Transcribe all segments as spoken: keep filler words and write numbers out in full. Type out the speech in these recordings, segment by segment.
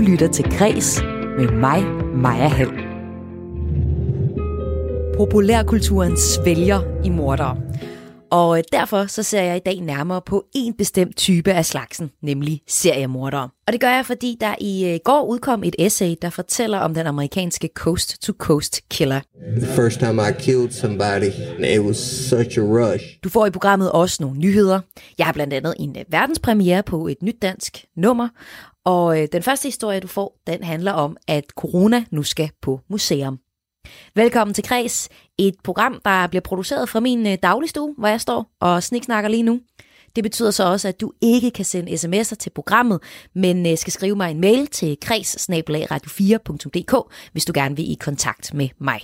lytter til Græs med mig, Maja Hall. Populærkulturen svælger i mordere. Og derfor så ser jeg i dag nærmere på en bestemt type af slagsen, nemlig seriemordere. Og det gør jeg, fordi der i går udkom et essay, der fortæller om den amerikanske Coast to Coast Killer. The first time I killed somebody, it was such a rush. Du får i programmet også nogle nyheder. Jeg har blandt andet en verdenspremiere på et nyt dansk nummer. Og den første historie, du får, den handler om, at corona nu skal på museum. Velkommen til Kreds, et program, der bliver produceret fra min dagligstue, hvor jeg står og sniksnakker lige nu. Det betyder så også, at du ikke kan sende sms'er til programmet, men skal skrive mig en mail til kreds bindestreg radio fire punktum d k, hvis du gerne vil i kontakt med mig.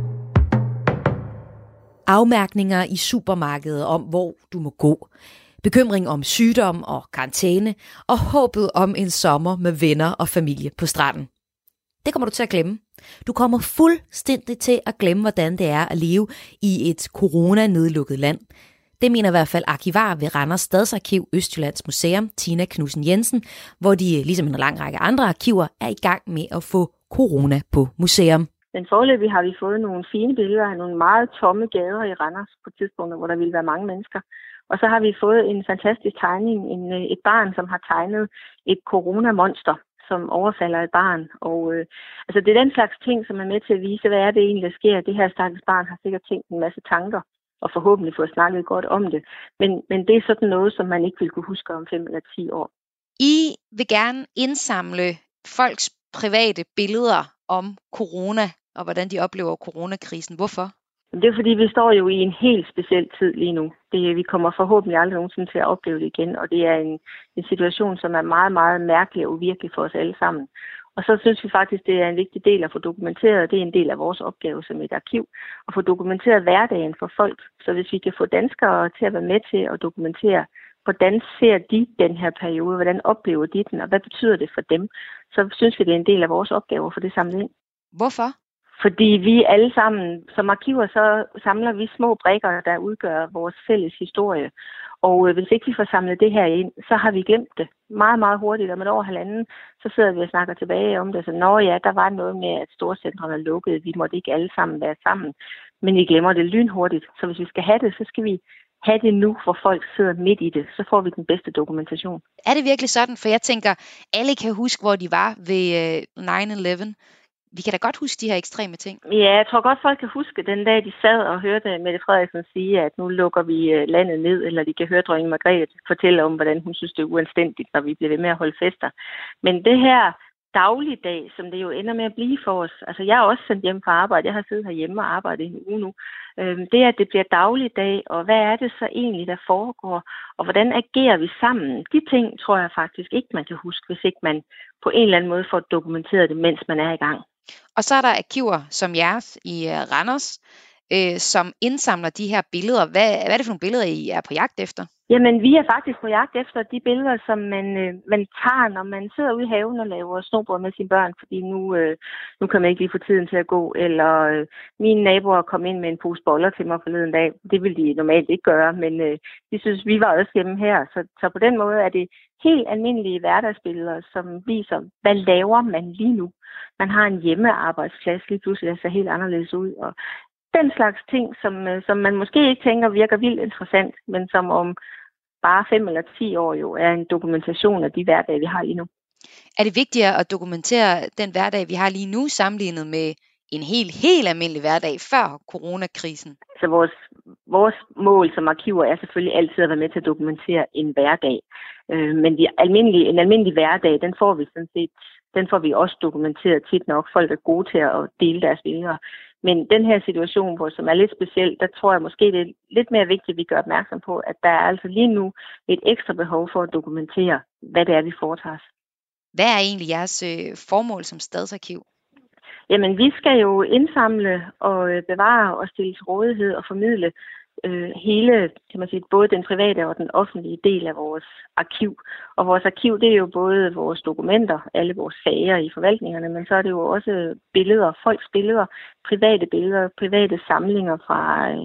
Afmærkninger i supermarkedet om, hvor du må gå. Bekymring om sygdom og karantæne, og håbet om en sommer med venner og familie på stranden. Det kommer du til at glemme. Du kommer fuldstændig til at glemme, hvordan det er at leve i et corona-nedlukket land. Det mener i hvert fald arkivar ved Randers Stadsarkiv Østjyllands Museum, Tina Knudsen Jensen, hvor de, ligesom en lang række andre arkiver, er i gang med at få corona på museum. Men foreløbig har vi fået nogle fine billeder af nogle meget tomme gader i Randers på tidspunkter, hvor der ville være mange mennesker. Og så har vi fået en fantastisk tegning, en, et barn, som har tegnet et coronamonster, som overfalder et barn. Og øh, altså det er den slags ting, som er med til at vise, hvad er det egentlig, der sker. Det her stakkels barn har sikkert tænkt en masse tanker, og forhåbentlig fået snakket godt om det. Men, men det er sådan noget, som man ikke vil kunne huske om fem eller ti år. I vil gerne indsamle folks private billeder om corona, og hvordan de oplever coronakrisen. Hvorfor? Det er fordi, vi står jo i en helt speciel tid lige nu. Det, vi kommer forhåbentlig aldrig nogensinde til at opleve det igen, og det er en, en situation, som er meget, meget mærkelig og uvirkelig for os alle sammen. Og så synes vi faktisk, det er en vigtig del at få dokumenteret. Det er en del af vores opgave som et arkiv, at få dokumenteret hverdagen for folk. Så hvis vi kan få danskere til at være med til at dokumentere, hvordan ser de den her periode, hvordan oplever de den, og hvad betyder det for dem, så synes vi, det er en del af vores opgave at få det samlet ind. Hvorfor? Fordi vi alle sammen, som arkiver, så samler vi små brikker, der udgør vores fælles historie. Og hvis ikke vi får samlet det her ind, så har vi glemt det meget, meget hurtigt. Om et år halvanden, så sidder vi og snakker tilbage om det. Så nå ja, der var noget med, at storcentrene lukkede. Vi måtte ikke alle sammen være sammen. Men I glemmer det lynhurtigt. Så hvis vi skal have det, så skal vi have det nu, hvor folk sidder midt i det. Så får vi den bedste dokumentation. Er det virkelig sådan? For jeg tænker, alle kan huske, hvor de var ved nine eleven. Vi kan da godt huske de her ekstreme ting. Ja, jeg tror godt, folk kan huske den dag, de sad og hørte Mette Frederiksen sige, at nu lukker vi landet ned, eller de kan høre dronning Margrethe fortælle om, hvordan hun synes, det er uanstændigt, når vi bliver ved med at holde fester. Men det her dagligdag, som det jo ender med at blive for os, altså jeg er også sendt hjem fra arbejde, jeg har siddet herhjemme og arbejdet en uge nu, det er, at det bliver dagligdag, og hvad er det så egentlig, der foregår, og hvordan agerer vi sammen? De ting tror jeg faktisk ikke, man kan huske, hvis ikke man på en eller anden måde får dokumenteret det, mens man er i gang. Og så er der arkiver som jeres i Randers, øh, som indsamler de her billeder. Hvad, hvad er det for nogle billeder, I er på jagt efter? Jamen, vi er faktisk på jagt efter de billeder, som man, øh, man tager, når man sidder ude i haven og laver snobrød med sine børn, fordi nu, øh, nu kan man ikke lige få tiden til at gå. Eller øh, mine naboer kom ind med en pose boller til mig forleden dag. Det ville de normalt ikke gøre, men øh, de synes, vi var også hjemme her. Så, så på den måde er det helt almindelige hverdagsbilleder, som viser, hvad laver man lige nu. Man har en hjemmearbejdsplads, lige pludselig der ser helt anderledes ud. Og den slags ting, som, som man måske ikke tænker virker vildt interessant, men som om bare fem eller ti år jo er en dokumentation af de hverdage, vi har lige nu. Er det vigtigere at dokumentere den hverdag, vi har lige nu, sammenlignet med en helt, helt almindelig hverdag før coronakrisen? Så vores, vores mål som arkiver er selvfølgelig altid at være med til at dokumentere en hverdag. Øh, men de almindelige, en almindelig hverdag, den får vi sådan set, den får vi også dokumenteret tit nok. Folk er gode til at dele deres billeder. Men den her situation, hvor, som er lidt speciel, der tror jeg måske, det er lidt mere vigtigt, at vi gør opmærksom på, at der er altså lige nu et ekstra behov for at dokumentere, hvad det er, vi foretager os. Hvad er egentlig jeres øh, formål som stadsarkiv? Jamen, vi skal jo indsamle og bevare og stille til rådighed og formidle øh, hele, kan man sige, både den private og den offentlige del af vores arkiv. Og vores arkiv, det er jo både vores dokumenter, alle vores sager i forvaltningerne, men så er det jo også billeder, folks billeder, private billeder, private samlinger fra,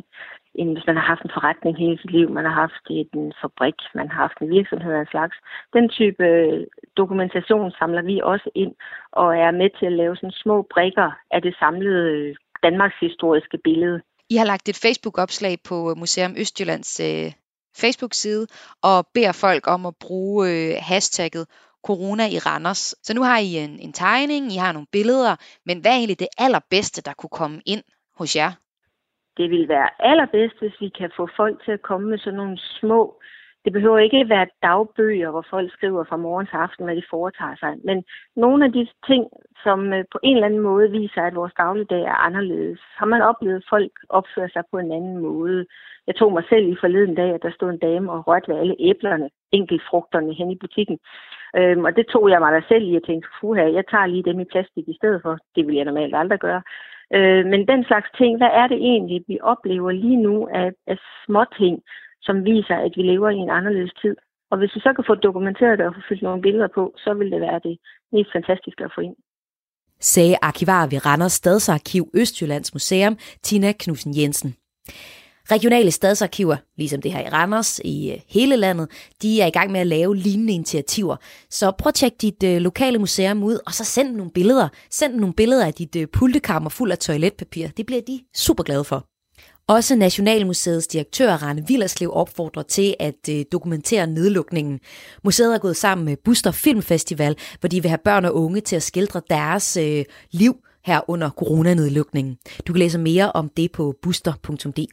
end hvis man har haft en forretning hele sit liv, man har haft en fabrik, man har haft en virksomhed af en slags. Den type dokumentation samler vi også ind og er med til at lave sådan små brikker af det samlede Danmarks historiske billede. I har lagt et Facebook-opslag på Museum Østjyllands øh, Facebook-side og beder folk om at bruge øh, hashtagget Corona i Randers. Så nu har I en, en tegning, I har nogle billeder, men hvad er egentlig det allerbedste, der kunne komme ind hos jer? Det vil være allerbedst, hvis vi kan få folk til at komme med sådan nogle små. Det behøver ikke være dagbøger, hvor folk skriver fra morgen til aften, hvad de foretager sig. Men nogle af de ting, som på en eller anden måde viser, at vores dagligdag er anderledes. Har man oplevet, at folk opfører sig på en anden måde? Jeg tog mig selv i forleden dag, at der stod en dame og rørte ved alle æblerne, enkeltfrugterne hen i butikken. Øhm, og det tog jeg mig da selv i at tænke, fuha, jeg tager lige dem i plastik i stedet for. Det vil jeg normalt aldrig gøre. Øh, men den slags ting, hvad er det egentlig, vi oplever lige nu af, af småting, som viser, at vi lever i en anderledes tid. Og hvis vi så kan få dokumenteret det og få fyldt nogle billeder på, så vil det være det mest fantastiske at få ind. Sagde arkivar ved Randers Stadsarkiv Østjyllands Museum, Tina Knudsen Jensen. Regionale stadsarkiver, ligesom det her i Randers, i hele landet, de er i gang med at lave lignende initiativer. Så prøv at tjekke dit øh, lokale museum ud, og så send nogle billeder. Send nogle billeder af dit øh, pultekammer fuld af toiletpapir. Det bliver de super glade for. Også Nationalmuseets direktør, Rane Willerslev, opfordrer til at øh, dokumentere nedlukningen. Museet er gået sammen med Buster Filmfestival, hvor de vil have børn og unge til at skildre deres øh, liv her under coronanedlukningen. Du kan læse mere om det på booster punktum d k.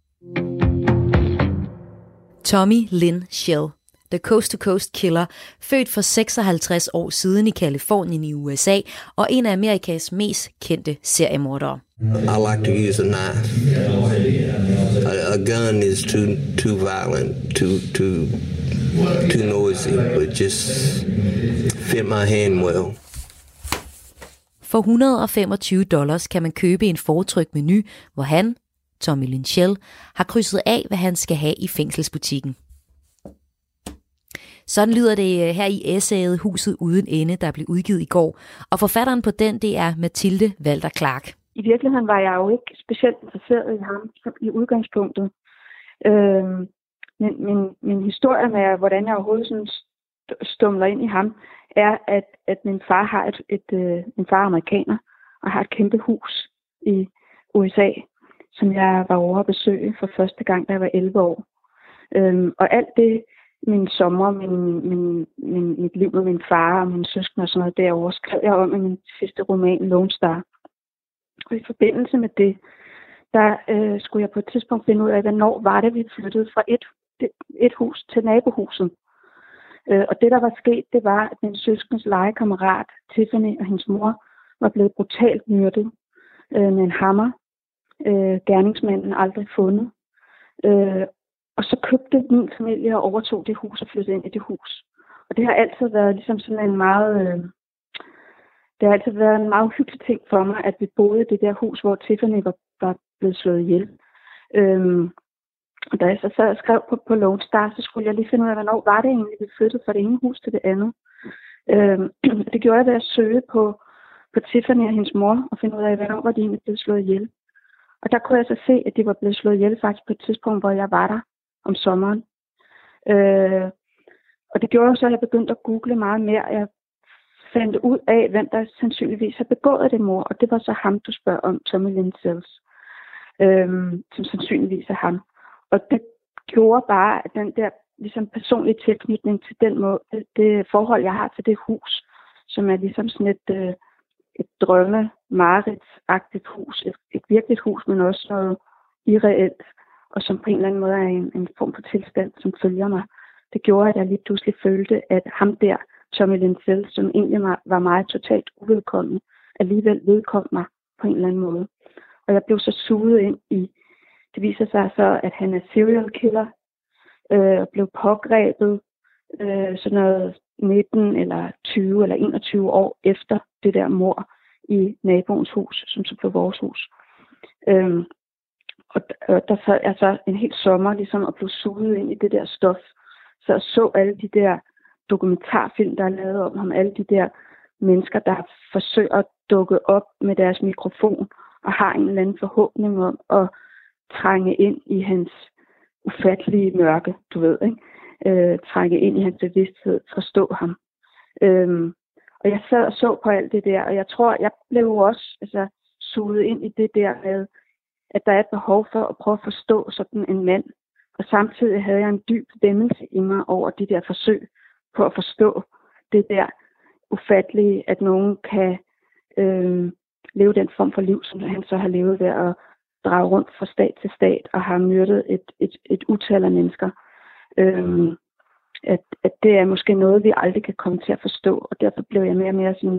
Tommy Lynn Schell, The Coast to Coast Killer, født for seksoghalvtreds år siden i Californien i U S A, og en af Amerikas mest kendte seriemordere. I like to use a knife. A, a gun is too too violent, too too too noisy, but just fit my hand well. For et hundrede og femogtyve dollars kan man købe en fortrykt menu, hvor han, Tommy Lynn Schell, har krydset af, hvad han skal have i fængselsbutikken. Sådan lyder det her i essayet Huset uden ende, der blev udgivet i går. Og forfatteren på den, det er Mathilde Walter Clark. I virkeligheden var jeg jo ikke specielt interesseret i ham i udgangspunktet. Øhm, men min, min historie med, hvordan jeg overhovedet sådan stumler ind i ham, er, at, at min far har et, et, et min far er amerikaner, og har et kæmpe hus i U S A, som jeg var over at besøge for første gang, da jeg var elleve år. Øhm, og alt det, min sommer, min, min, min, mit liv med min far og mine søskende og sådan noget, derovre skrev jeg om i min sidste roman, Lone Star. Og i forbindelse med det, der øh, skulle jeg på et tidspunkt finde ud af, hvornår var det, vi flyttede fra et, et hus til nabohuset. Øh, og det, der var sket, det var, at min søskens legekammerat, Tiffany, og hendes mor, var blevet brutalt myrdet øh, med en hammer. Øh, gerningsmanden aldrig fundet. Øh, og så købte min familie og overtog det hus og flyttede ind i det hus. Og det har altid været ligesom sådan en meget... Øh, det har altid været en meget hyggelig ting for mig, at vi boede i det der hus, hvor Tiffany var, var blevet slået ihjel. Øhm, og da jeg så sad og skrev på, på Lone Star, så skulle jeg lige finde ud af, hvornår var det egentlig, vi flyttede fra det ene hus til det andet. Øhm, det gjorde jeg ved at søge på, på Tiffany og hendes mor, og finde ud af, hvornår var de egentlig blevet slået ihjel. Og der kunne jeg så se, at de var blevet slået ihjel faktisk på et tidspunkt, hvor jeg var der om sommeren. Øh, og det gjorde så, at jeg begyndte at google meget mere. Jeg fandt ud af, hvem der sandsynligvis har begået det mord, og det var så ham, du spørger om, Tommy Lynn Schell, øhm, som sandsynligvis er ham. Og det gjorde bare, at den der ligesom personlige tilknytning til den måde, det, det forhold, jeg har til det hus, som er ligesom sådan et, øh, et drømme, mareridsagtigt hus, et, et virkeligt hus, men også noget irreelt, og som på en eller anden måde er en, en form for tilstand, som følger mig. Det gjorde, at jeg lige pludselig følte, at ham der, Tommy Lynn Schell, som egentlig var meget totalt uvedkommende, alligevel vedkom mig på en eller anden måde. Og jeg blev så suget ind i, det viser sig så, at han er serial killer, øh, og blev pågrebet øh, sådan noget nitten eller tyve eller enogtyve år efter det der mord i naboens hus, som så blev vores hus. Øhm, og og der sad jeg så en hel sommer ligesom og blev suget ind i det der stof, så jeg så alle de der dokumentarfilm, der er lavet om ham, alle de der mennesker, der forsøger at dukke op med deres mikrofon og har en eller anden forhåbning om at trænge ind i hans ufattelige mørke, du ved, ikke? Øh, trænge ind i hans bevidsthed, forstå ham. Øhm, og jeg sad og så på alt det der, og jeg tror, jeg blev også altså, suget ind i det der med, at der er et behov for at prøve at forstå sådan en mand. Og samtidig havde jeg en dyb dæmmelse i mig over de der forsøg på at forstå det der ufattelige, at nogen kan øh, leve den form for liv, som han så har levet ved at drage rundt fra stat til stat og har myrdet et, et, et utal af mennesker. Øh, at, at det er måske noget, vi aldrig kan komme til at forstå, og derfor blev jeg mere og mere sådan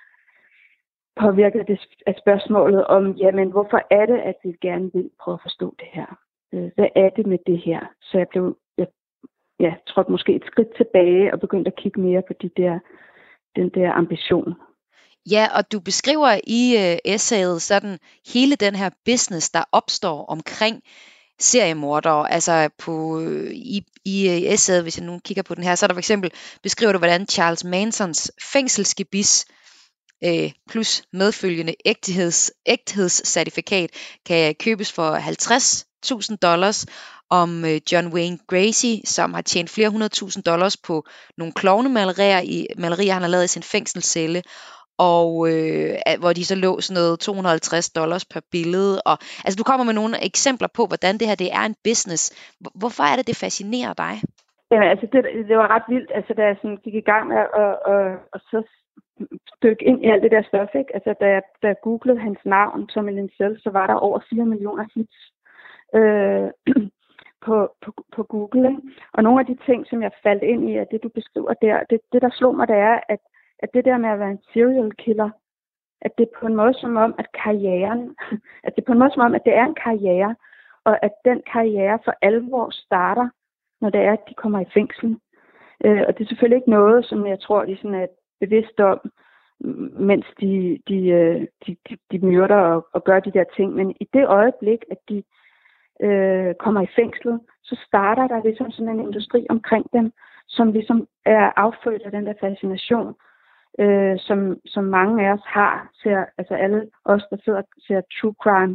påvirket af spørgsmålet om, jamen, hvorfor er det, at vi gerne vil prøve at forstå det her? Hvad er det med det her? Så jeg blev, jeg, jeg trådte måske et skridt tilbage og begyndte at kigge mere på de der, den der ambition. Ja, og du beskriver i uh, essayet sådan hele den her business, der opstår omkring seriemordere. Altså på, i, i essayet, hvis jeg nu kigger på den her, så er der for eksempel, beskriver du, hvordan Charles Mansons fængselsgebis øh, plus medfølgende ægtheds, ægthedscertifikat kan købes for halvtreds tusind dollars, om øh, John Wayne Gacy, som har tjent flere hundrede tusind dollars på nogle klovnemalerier, i, malerier, han har lavet i sin fængselscelle, og øh, hvor de så lå sådan noget to hundrede og halvtreds dollars per billede. Og, altså du kommer med nogle eksempler på, hvordan det her det er en business. Hvorfor er det, det fascinerer dig? Jamen, altså det, det var ret vildt, altså da jeg sådan gik i gang med at og, og, og så dykke ind i alt det der stof, ikke? Altså da jeg, da jeg googlede hans navn, Tommy Lindsell, så var der over fire millioner hits øh, på, på, på Google. Ikke? Og nogle af de ting, som jeg faldt ind i, at det du beskriver der, det, det der slog mig, det er, at at det der med at være en serial killer, at det er på en måde som om, at karrieren, at det er på en måde som om, at det er en karriere, og at den karriere for alvor starter, når det er, at de kommer i fængsel. Øh, og det er selvfølgelig ikke noget, som jeg tror, de sådan er bevidst om, mens de, de, de, de, de myrder og, og gør de der ting. Men i det øjeblik, at de øh, kommer i fængslet, så starter der ligesom sådan en industri omkring dem, som ligesom er affødt af den der fascination, Øh, som, som mange af os har, ser, altså alle os, der sidder og ser true crime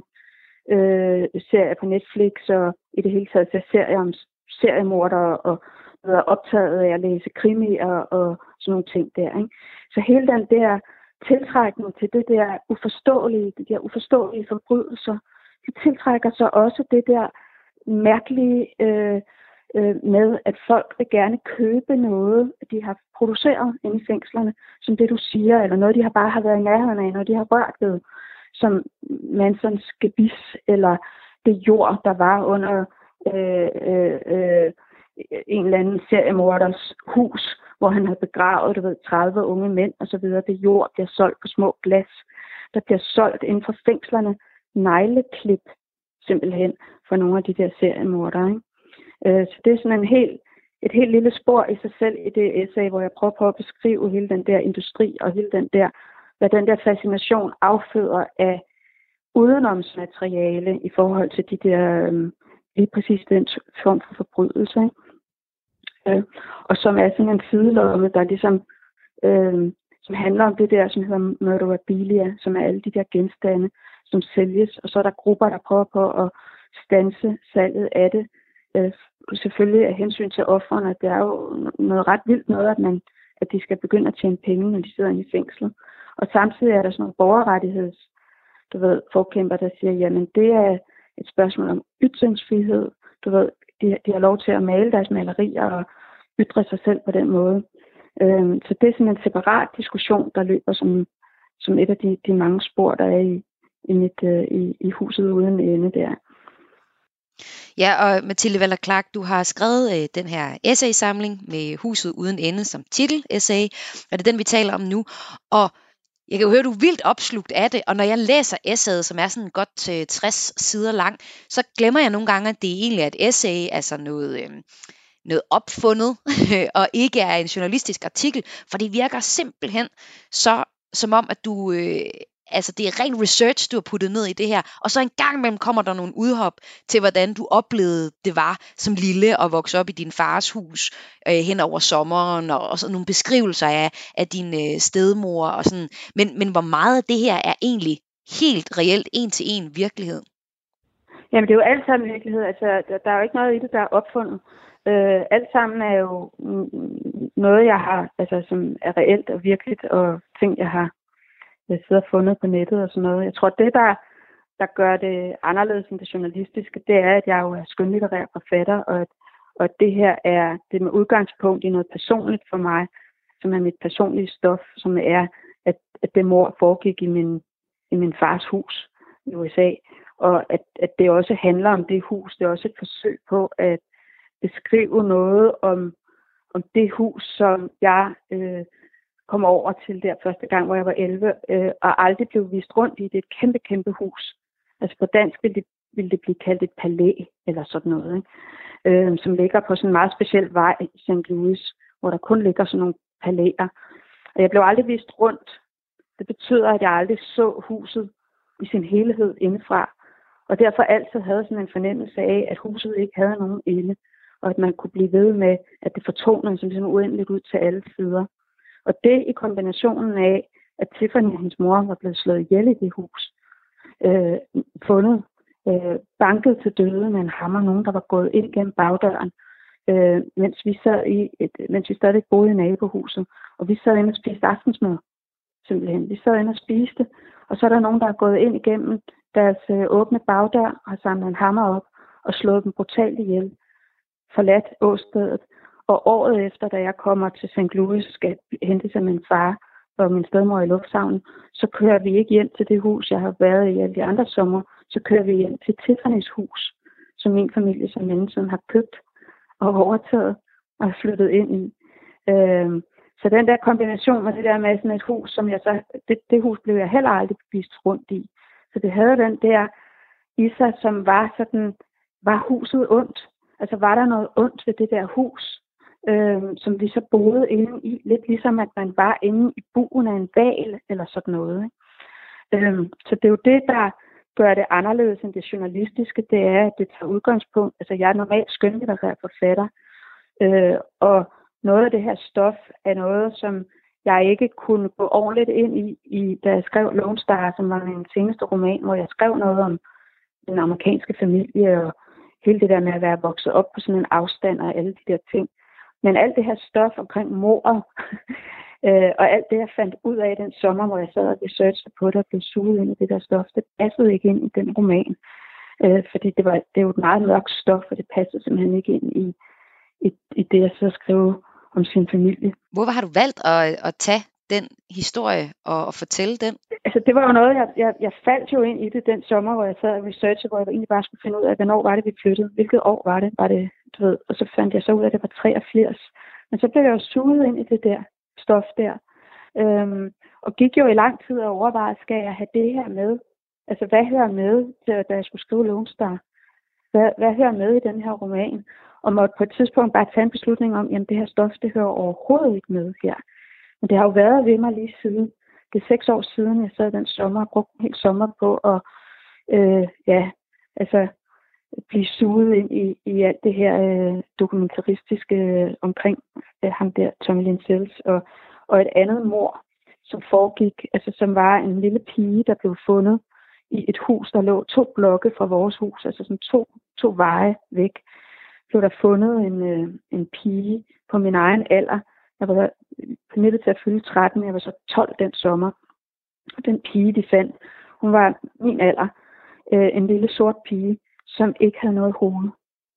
øh, serier på Netflix, og i det hele taget ser serier om seriemordere, og er optaget af at læse krimi og, og sådan nogle ting der. Ikke? Så hele den der tiltrækning til det der uforståelige, de der uforståelige forbrydelser, det tiltrækker sig også det der mærkelige øh, med, at folk vil gerne købe noget, de har produceret inde i fængslerne, som det du siger, eller noget, de har bare har været i nærheden af, noget de har rørt ved, som Mansons gebis, eller det jord, der var under øh, øh, øh, en eller anden seriemorders hus, hvor han havde begravet, du ved, tredive unge mænd og så videre. Det jord bliver solgt på små glas. Der bliver solgt inden for fængslerne negleklip, simpelthen, for nogle af de der seriemordere, ikke? Så det er sådan en helt, et helt lille spor i sig selv i det essay, hvor jeg prøver på at beskrive hele den der industri og hele den der, hvad den der fascination afføder af udenomsmateriale i forhold til de der, øhm, lige præcis den form for forbrydelse. Øh, og som er sådan en sidelomme, der ligesom, øh, som handler om det der, som hedder murderabilia, som er alle de der genstande, som sælges, og så er der grupper, der prøver på at standse salget af det. Øh, selvfølgelig af hensyn til ofrene, det er jo noget ret vildt noget, at, man, at de skal begynde at tjene penge, når de sidder inde i fængslet. Og samtidig er der sådan nogle borgerrettigheds, du ved, forkæmper, der siger, jamen det er et spørgsmål om ytringsfrihed. Du ved, de, de har lov til at male deres malerier og ytre sig selv på den måde. Øhm, så det er sådan en separat diskussion, der løber som, som et af de, de mange spor, der er i, i, mit, øh, i, i huset uden ende der. Ja, og Mathilde Walter Clark, du har skrevet øh, den her essaysamling med Huset uden ende som titel-essay, og det er den, vi taler om nu. Og jeg kan jo høre, du er vildt opslugt af det, og når jeg læser essayet, som er sådan godt øh, tres sider lang, så glemmer jeg nogle gange, at det egentlig er et essay, altså noget, øh, noget opfundet, og ikke er en journalistisk artikel, for det virker simpelthen så som om, at du... Øh, Altså det er ren research, du har puttet ned i det her, og så en gang imellem kommer der nogle udhop til, hvordan du oplevede det var som lille at vokse op i din fars hus øh, hen over sommeren, og, og så nogle beskrivelser af, af din øh, stedmor og sådan. Men, men hvor meget af det her er egentlig helt reelt en til en virkelighed? Jamen, det er jo alt sammen virkelighed. Altså, der, der er jo ikke noget i det, der er opfundet. Øh, alt sammen er jo noget, jeg har, altså, som er reelt og virkeligt, og ting, jeg har jeg sidder og fundet på nettet og sådan noget. Jeg tror, det, der, der gør det anderledes end det journalistiske, det er, at jeg jo er skønlitterær forfatter, og at, og at det her er det med udgangspunkt i noget personligt for mig, som er mit personlige stof, som er, at, at det mord foregik i min, i min fars hus i U S A, og at, at det også handler om det hus. Det er også et forsøg på at beskrive noget om, om det hus, som jeg øh, kom over til der første gang, hvor jeg var elleve, øh, og aldrig blev vist rundt i. Det er et kæmpe, kæmpe hus. Altså på dansk ville det, ville det blive kaldt et palæ, eller sådan noget, ikke? Øh, som ligger på sådan en meget speciel vej i Saint Louis, hvor der kun ligger sådan nogle palæer. Og jeg blev aldrig vist rundt. Det betyder, at jeg aldrig så huset i sin helhed indefra, og derfor altid havde sådan en fornemmelse af, at huset ikke havde nogen ende, og at man kunne blive ved med, at det fortonede sig ligesom uendeligt ud til alle sider. Og det i kombinationen af, at Tiffany og hendes mor var blevet slået ihjel i det hus, øh, fundet, øh, banket til døde med en hammer, nogen der var gået ind gennem bagdøren, øh, mens vi sad i et, mens vi stadig boede i nabohuset, og vi sad inde og spiste aftensmad, simpelthen. Vi sad inde og spiste, og så er der nogen, der er gået ind igennem deres øh, åbne bagdør og har samlet en hammer op og slået dem brutalt ihjel, forladt åstedet. Og året efter, da jeg kommer til Saint Louis, skal hente sig min far og min stedmor i lufthavnen, så kører vi ikke hjem til det hus, jeg har været i alle de andre sommer. Så kører vi hjem til Tiffany's hus, som min familie som mennesken har købt og overtaget og flyttet ind i. Øhm, så den der kombination med det der med sådan et hus, som jeg så, det, det hus blev jeg heller aldrig vist rundt i. Så det havde den der i sig, som var sådan, var huset ondt? Altså var der noget ondt ved det der hus, øhm, som vi så boede inde i? Lidt ligesom at man var inde i buen af en hval eller sådan noget. Ikke? Øhm, så det er jo det, der gør det anderledes end det journalistiske. Det er, at det tager udgangspunkt. Altså jeg er normalt skønlitterær forfatter, øh, og noget af det her stof er noget, som jeg ikke kunne gå ordentligt ind i, i da jeg skrev Lone Star, som var min seneste roman, hvor jeg skrev noget om den amerikanske familie og hele det der med at være vokset op på sådan en afstand og alle de der ting. Men alt det her stof omkring mordet, øh, og alt det, jeg fandt ud af den sommer, hvor jeg sad og researchede på det og blev suget ind i det der stof, det passede ikke ind i den roman. Øh, fordi det, var, det er jo et meget mørkt stof, og det passede simpelthen ikke ind i, i, i det, jeg så skrev om sin familie. Hvorfor har du valgt at, at tage den historie og, og fortælle den? Altså, det var jo noget, jeg, jeg, jeg faldt jo ind i det den sommer, hvor jeg sad og researchede, hvor jeg egentlig bare skulle finde ud af, hvornår var det, vi flyttede. Hvilket år var det? Var det, du ved, og så fandt jeg så ud af, at det var treogfirs. Men så blev jeg jo suget ind i det der stof der. Øhm, og gik jo i lang tid og overvejede, skal jeg have det her med? Altså, hvad hører med, da jeg skulle skrive Lone Star? Hvad, hvad hører med i den her roman? Og måtte på et tidspunkt bare tage en beslutning om, jamen det her stof, det hører overhovedet ikke med her. Men det har jo været ved mig lige siden. Det er seks år siden, jeg sad den sommer og brugte en hel sommer på at øh, ja, altså, blive suget ind i, i alt det her øh, dokumentaristiske øh, omkring øh, ham der, Tommy Lynn Sells, og, og et andet mord, som foregik, altså som var en lille pige, der blev fundet i et hus, der lå to blokke fra vores hus, altså sådan to, to veje væk, blev der fundet en, øh, en pige på min egen alder. Jeg var på nettet til at fylde tretten, jeg var så tolv den sommer. Og den pige, de fandt, hun var min alder, øh, en lille sort pige, som ikke havde noget hoved.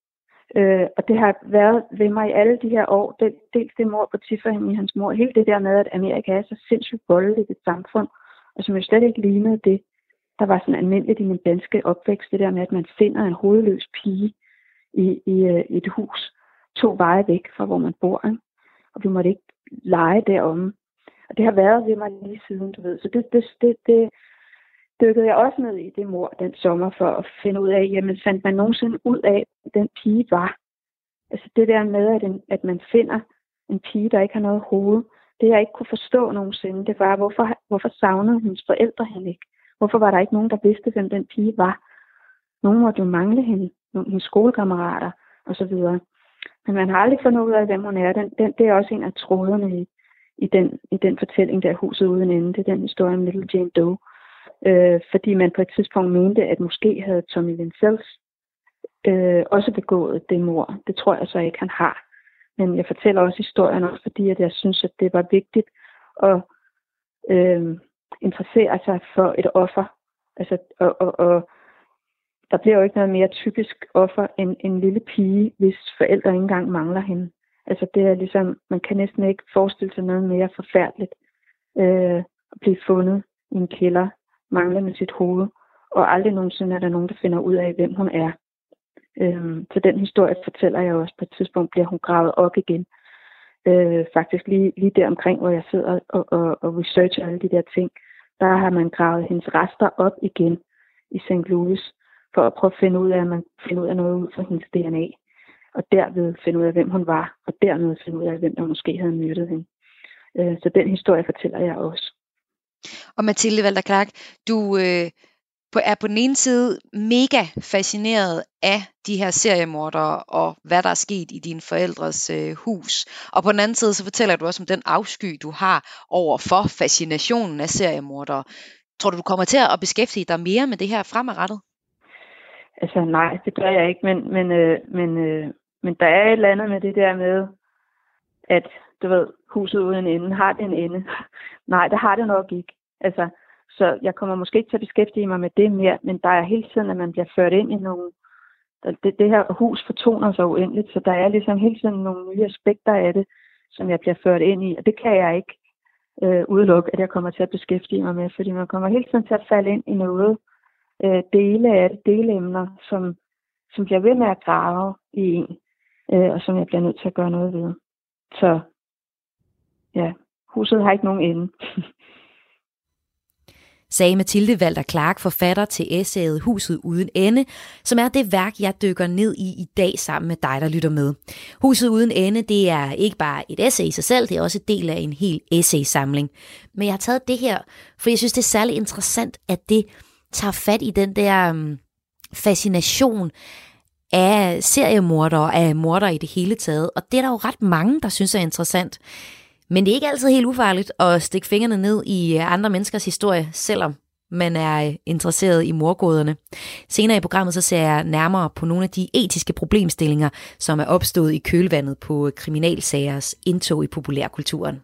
Øh, og det har været ved mig i alle de her år, det, dels det mord på Tiffany, hans mor, hele det der med, at Amerika er så sindssygt voldeligt et samfund, og som jo slet ikke lignede det, der var sådan almindeligt i min danske opvækst, det der med, at man finder en hovedløs pige i, i, i et hus, to veje væk fra, hvor man bor, ikke? Og vi måtte ikke lege deromme. Og det har været ved mig lige siden, du ved. Så det, det, det, det dykkede jeg også ned i, det mord den sommer, for at finde ud af, jamen fandt man nogensinde ud af, at den pige var. Altså det der med, at, en, at man finder en pige, der ikke har noget hoved, det jeg ikke kunne forstå nogensinde, det var, hvorfor, hvorfor savnede hendes forældre hende ikke? Hvorfor var der ikke nogen, der vidste, hvem den pige var? Nogen måtte jo mangle hende, hendes skolekammerater osv. Men man har aldrig fundet ud af, hvem hun er. Den, den, det er også en af tråderne i, i, den, i den fortælling, der Huset uden ende. Det er den historie om Little Jane Doe. øh, fordi man på et tidspunkt mente, at måske havde Tommy Winsels øh, også begået det mord. Det tror jeg så ikke, han har. Men jeg fortæller også historien, også fordi at jeg synes, at det var vigtigt at øh, interessere sig for et offer. Altså, og, og, og der bliver jo ikke noget mere typisk offer end en lille pige, hvis forældre ikke engang mangler hende. Altså det er ligesom, man kan næsten ikke forestille sig noget mere forfærdeligt øh, at blive fundet i en kælder, manglende sit hoved, og aldrig nogensinde er der nogen, der finder ud af, hvem hun er. Øh, så den historie fortæller jeg også. På et tidspunkt bliver hun gravet op igen. Øh, faktisk lige, lige der omkring, hvor jeg sidder og, og, og researcher alle de der ting, der har man gravet hendes rester op igen i Saint Louis, for at prøve at finde ud af, at man finder ud af noget ud fra hendes D N A. Og derved finde ud af, hvem hun var, og dermed finde ud af, hvem der måske havde myrdet hende. Øh, så den historie fortæller jeg også. Og Mathilde Walter Clark, du øh, er på den ene side mega fascineret af de her seriemordere, og hvad der er sket i dine forældres øh, hus. Og på den anden side, så fortæller du også om den afsky, du har over for fascinationen af seriemordere. Tror du, du kommer til at beskæftige dig mere med det her fremadrettet? Altså nej, det gør jeg ikke, men, men, øh, men, øh, men der er et eller andet med det der med, at du ved, huset uden ende, har det en ende? Nej, det har det nok ikke. Altså, så jeg kommer måske ikke til at beskæftige mig med det mere, men der er hele tiden, at man bliver ført ind i nogle... Det, det her hus fortoner sig uendeligt, så der er ligesom hele tiden nogle nye aspekter af det, som jeg bliver ført ind i, og det kan jeg ikke øh, udelukke, at jeg kommer til at beskæftige mig med, fordi man kommer hele tiden til at falde ind i noget, øh, dele af det, delemner, som, som bliver ved med at grave i en, øh, og som jeg bliver nødt til at gøre noget ved. Så ja, huset har ikke nogen ende. Sagde Mathilde Walter Clark, forfatter til essayet Huset uden ende, som er det værk, jeg dykker ned i i dag sammen med dig, der lytter med. Huset uden ende, det er ikke bare et essay i sig selv, det er også en del af en hel essaysamling. Men jeg har taget det her, for jeg synes, det er særlig interessant, at det tager fat i den der um, fascination af seriemordere, af mordere i det hele taget. Og det er der jo ret mange, der synes er interessant. Men det er ikke altid helt ufarligt at stikke fingrene ned i andre menneskers historie, selvom man er interesseret i mordgåderne. Senere i programmet så ser jeg nærmere på nogle af de etiske problemstillinger, som er opstået i kølvandet på kriminalsagers indtog i populærkulturen.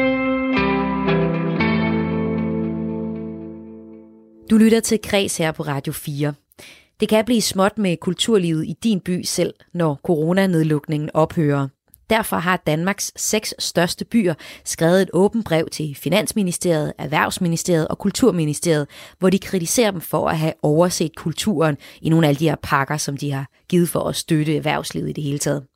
Du lytter til Kreds her på Radio fire. Det kan blive småt med kulturlivet i din by selv, når coronanedlukningen ophører. Derfor har Danmarks seks største byer skrevet et åbent brev til Finansministeriet, Erhvervsministeriet og Kulturministeriet, hvor de kritiserer dem for at have overset kulturen i nogle af alle de her pakker, som de har givet for at støtte erhvervslivet i det hele taget.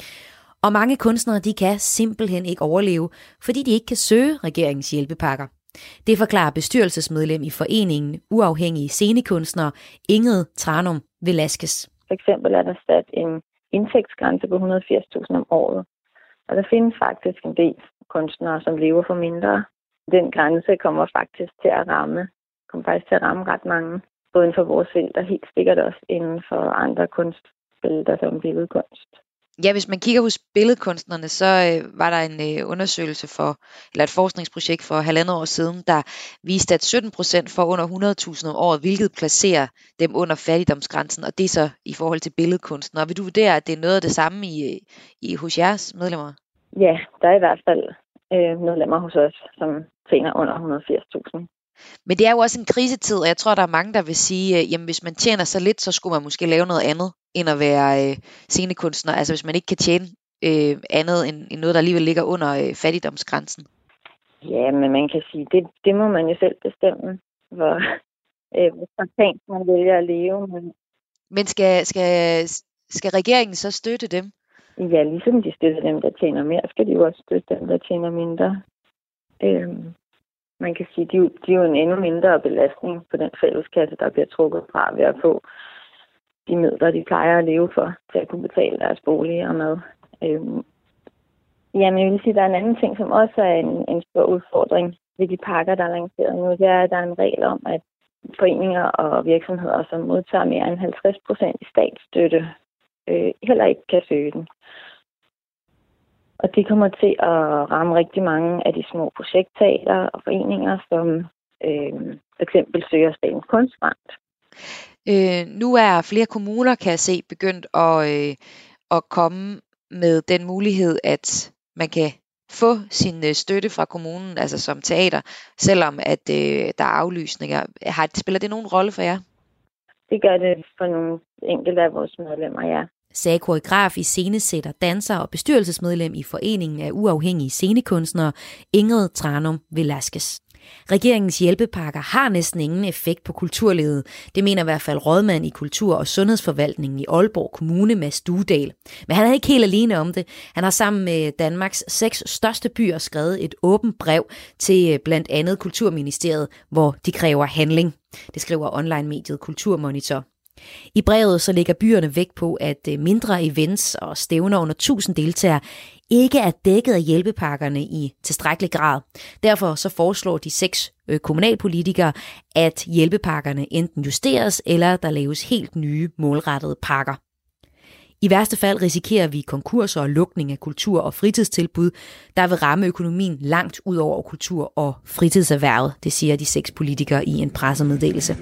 Og mange kunstnere, de kan simpelthen ikke overleve, fordi de ikke kan søge regeringens hjælpepakker. Det forklarer bestyrelsesmedlem i foreningen Uafhængige Scenekunstnere, Ingrid Tranum Velasquez. For eksempel er der sat en indtægtsgrænse på et hundrede og firs tusind om året. Og der findes faktisk en del kunstnere, som lever for mindre. Den grænse kommer faktisk til at ramme, kommer faktisk til at ramme ret mange, både inden for vores felt og helt sikkert også inden for andre kunstfelter som billedkunst. Ja, hvis man kigger hos billedkunstnerne, så øh, var der en øh, undersøgelse for, eller et forskningsprojekt for halvandet år siden, der viste, at sytten procent får under hundrede tusind om året, hvilket placerer dem under fattigdomsgrænsen, og det er så i forhold til billedkunstnere. Vil du vurdere, at det er noget af det samme i, i hos jeres medlemmer? Ja, der er i hvert fald øh, medlemmer hos os, som tjener under et hundrede og firs tusind. Men det er jo også en krisetid, og jeg tror, der er mange, der vil sige, at jamen, hvis man tjener så lidt, så skulle man måske lave noget andet, end at være øh, scenekunstner. Altså hvis man ikke kan tjene øh, andet end, end noget, der alligevel ligger under øh, fattigdomsgrænsen. Ja, men man kan sige, det, det må man jo selv bestemme, hvor øh, spontant man vælger at leve. Men, men skal, skal, skal regeringen så støtte dem? Ja, ligesom de støtter dem, der tjener mere, skal de jo også støtte dem, der tjener mindre. Øh, Man kan sige, at de, de er jo en endnu mindre belastning på den fælleskasse, der bliver trukket fra ved at få de midler, de plejer at leve for, til at kunne betale deres bolig og mad. Øhm, jamen, jeg vil sige, at der er en anden ting, som også er en, en stor udfordring ved de pakker, der er lanceret nu. Det er, at der er en regel om, at foreninger og virksomheder, som modtager mere end halvtreds procent i statsstøtte, øh, heller ikke kan søge den. Og det kommer til at ramme rigtig mange af de små projektteater og foreninger, som øh, for eksempel søger Statens Kunstfond. Øh, nu er flere kommuner, kan jeg se, begyndt at, øh, at komme med den mulighed, at man kan få sin øh, støtte fra kommunen, altså som teater, selvom at øh, der er aflysninger. Har, spiller det nogen rolle for jer? Det gør det for nogle enkelte af vores medlemmer, ja. Sagde koreograf, iscenesætter, danser og bestyrelsesmedlem i Foreningen af Uafhængige Scenekunstnere, Ingrid Tranum Velasquez. Regeringens hjælpepakker har næsten ingen effekt på kulturlivet. Det mener i hvert fald rådmand i Kultur- og Sundhedsforvaltningen i Aalborg Kommune, Mads Duedal. Men han er ikke helt alene om det. Han har sammen med Danmarks seks største byer skrevet et åbent brev til blandt andet Kulturministeriet, hvor de kræver handling. Det skriver online-mediet Kulturmonitor. I brevet så lægger byerne vægt på, at mindre events og stævner under tusind deltagere ikke er dækket af hjælpepakkerne i tilstrækkelig grad. Derfor så foreslår de seks kommunalpolitikere, at hjælpepakkerne enten justeres, eller der laves helt nye målrettede pakker. I værste fald risikerer vi konkurser og lukning af kultur- og fritidstilbud, der vil ramme økonomien langt ud over kultur- og fritidserhvervet, det siger de seks politikere i en pressemeddelelse.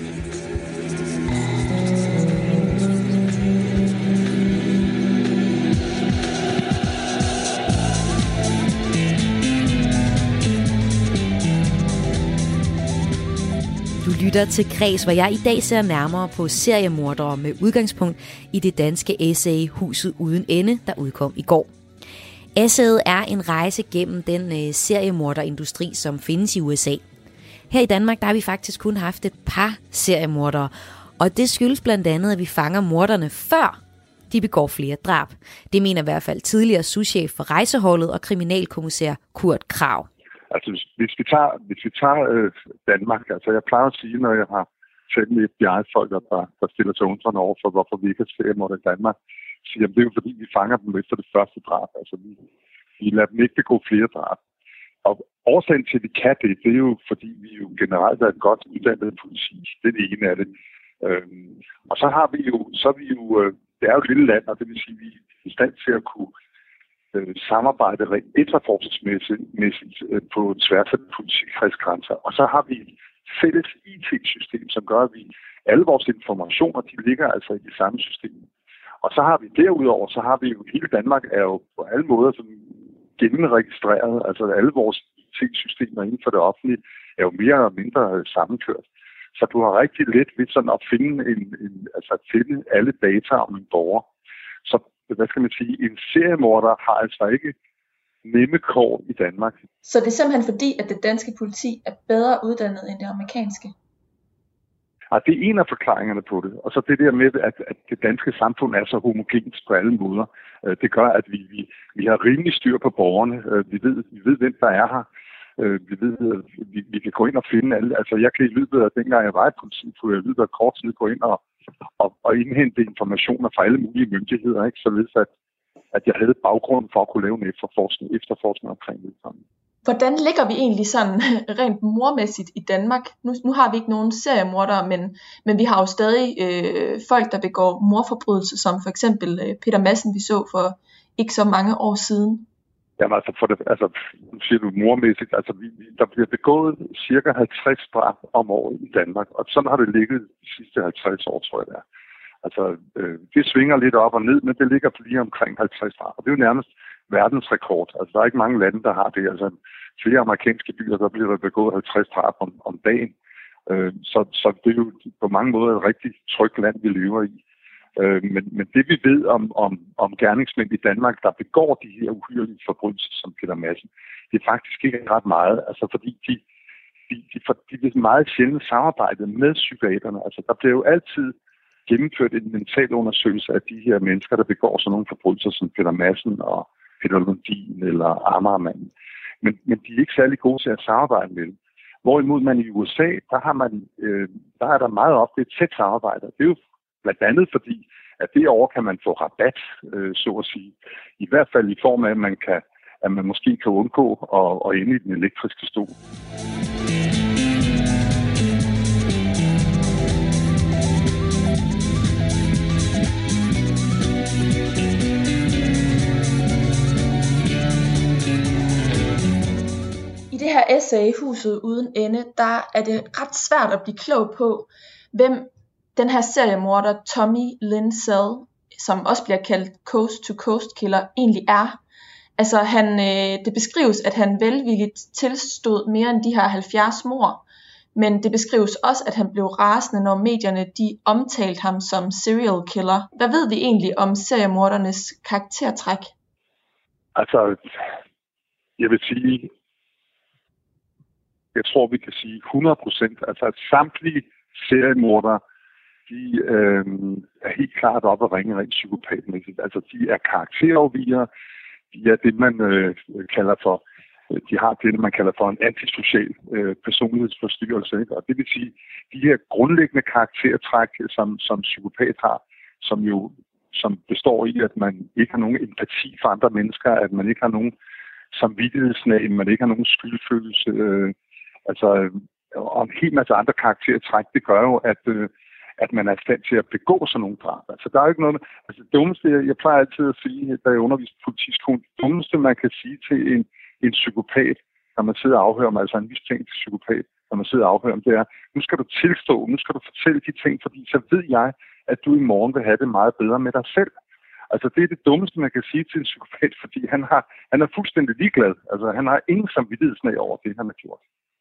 Du lytter til Kreds, hvor jeg i dag ser nærmere på seriemordere med udgangspunkt i det danske essay Huset uden ende, der udkom i går. Essayet er en rejse gennem den uh, seriemorderindustri, som findes i U S A. Her i Danmark der har vi faktisk kun haft et par seriemordere, og det skyldes blandt andet, at vi fanger morderne før de begår flere drab. Det mener i hvert fald tidligere souschef for rejseholdet og kriminalkommissær Kurt Krag. Altså, hvis vi tager, hvis vi tager øh, Danmark, altså jeg plejer at sige, når jeg har talt med F B I-folk, der, der stiller sig undrende over for, hvorfor vi ikke har seriemordere i Danmark, siger, at det er jo fordi, vi fanger dem efter det første drab. Altså, vi, vi lader dem ikke begå flere drab. Og årsagen til, at vi kan det, det er jo, fordi vi jo generelt er et godt uddannet politi. Det er det ene af det. Øhm, og så har vi jo, så er vi jo, øh, det er jo et lille land, og det vil sige, at vi er i stand til at kunne samarbejde rent efterforskningsmæssigt på tværs af politikredsgrænser. Og så har vi et fælles I T-system, som gør, at vi alle vores informationer, de ligger altså i det samme system. Og så har vi derudover, så har vi jo, hele Danmark er jo på alle måder sådan gennemregistreret, altså alle vores I T-systemer inden for det offentlige er jo mere eller mindre sammenkørt. Så du har rigtig let ved sådan at finde, en, en, altså at finde alle data om en borger. Så hvad skal man sige, en seriemorder har altså ikke nemme kår i Danmark. Så det er simpelthen fordi, at det danske politi er bedre uddannet end det amerikanske? Ja, det er en af forklaringerne på det. Og så det der med, at, at det danske samfund er så homogent på alle måder. Det gør, at vi, vi, vi har rimelig styr på borgerne. Vi ved, vi ved hvem der er her. Vi ved, vi, vi kan gå ind og finde alle. Altså jeg kan i løbet af dengang jeg var i politiet, kunne jeg i løbet af kort tid gå ind og Og, og indhente informationer fra alle mulige myndigheder, ikke? Således at, at jeg havde baggrunden for at kunne lave en efterforskning, efterforskning omkring det. Hvordan ligger vi egentlig sådan rent mormæssigt i Danmark? Nu, nu har vi ikke nogen seriemordere, men, men vi har jo stadig øh, folk, der begår mordforbrydelser, som for eksempel øh, Peter Madsen, vi så for ikke så mange år siden. Jamen altså, for det, altså nu siger du mormæssigt, altså vi, der bliver begået cirka halvtreds drab om året i Danmark, og sådan har det ligget de sidste halvtreds år, tror jeg det er. Altså, øh, det svinger lidt op og ned, men det ligger lige omkring halvtreds drab, og det er jo nærmest verdensrekord. Altså, der er ikke mange lande, der har det. Altså, flere amerikanske byer, der bliver der begået halvtreds drab om, om dagen. Øh, så, så det er jo på mange måder et rigtig trygt land, vi lever i. Men, men det vi ved om, om, om gerningsmænd i Danmark, der begår de her uhyrlige forbrydelser som Peter Madsen, det er faktisk ikke ret meget. Altså fordi de, de, de, de, de er meget sjældent samarbejdet med psykiaterne. Altså der bliver jo altid gennemført en mental undersøgelse af de her mennesker, der begår sådan nogle forbrydelser som Peter Madsen og Peter Lundin eller Amagermanden. Men, men de er ikke særlig gode til at samarbejde med dem. Hvorimod man i U S A, der, har man, øh, der er der meget ofte et tæt samarbejde. Det er jo blandt andet fordi, at derovre kan man få rabat, øh, så at sige. I hvert fald i form af, at man, kan, at man måske kan undgå at, at ende i den elektriske stol. I I det her essay, Huset uden ende, der er det ret svært at blive klog på, hvem den her seriemorder Tommy Lynn Sell, som også bliver kaldt Coast to Coast Killer, egentlig er. Altså han, øh, det beskrives, at han velvilligt tilstod mere end de her halvfjerds mord, men det beskrives også, at han blev rasende, når medierne de omtalte ham som serial killer. Hvad ved vi egentlig om seriemordernes karaktertræk? Altså, jeg vil sige, jeg tror, vi kan sige hundrede procent, altså at samtlige seriemordere, de øh, er helt klart oppe at ringe rent psykopatmæssigt. Altså, de er karakterafvigere, de er det, man øh, kalder for, de har det, man kalder for en antisocial øh, personlighedsforstyrrelse. Ikke? Og det vil sige, de her grundlæggende karaktertræk, som, som psykopat har, som jo som består i, at man ikke har nogen empati for andre mennesker, at man ikke har nogen samvittighedsnag, man ikke har nogen skyldfølelse, øh, altså, og en hel masse andre karaktertræk, det gør jo, at, øh, at man er i stand til at begå sådan nogle drab. Altså, der er jo ikke noget, altså, det dummeste, jeg, jeg plejer altid at sige, da jeg underviser på politiskolen, det dummeste, man kan sige til en, en psykopat, når man sidder og afhører om, altså en mistænkt psykopat, når man sidder og afhører om, det er, nu skal du tilstå, nu skal du fortælle de ting, fordi så ved jeg, at du i morgen vil have det meget bedre med dig selv. Altså, det er det dummeste, man kan sige til en psykopat, fordi han, har, han er fuldstændig ligeglad. Altså, han har ingen samvittighedsnag over det, han har gjort.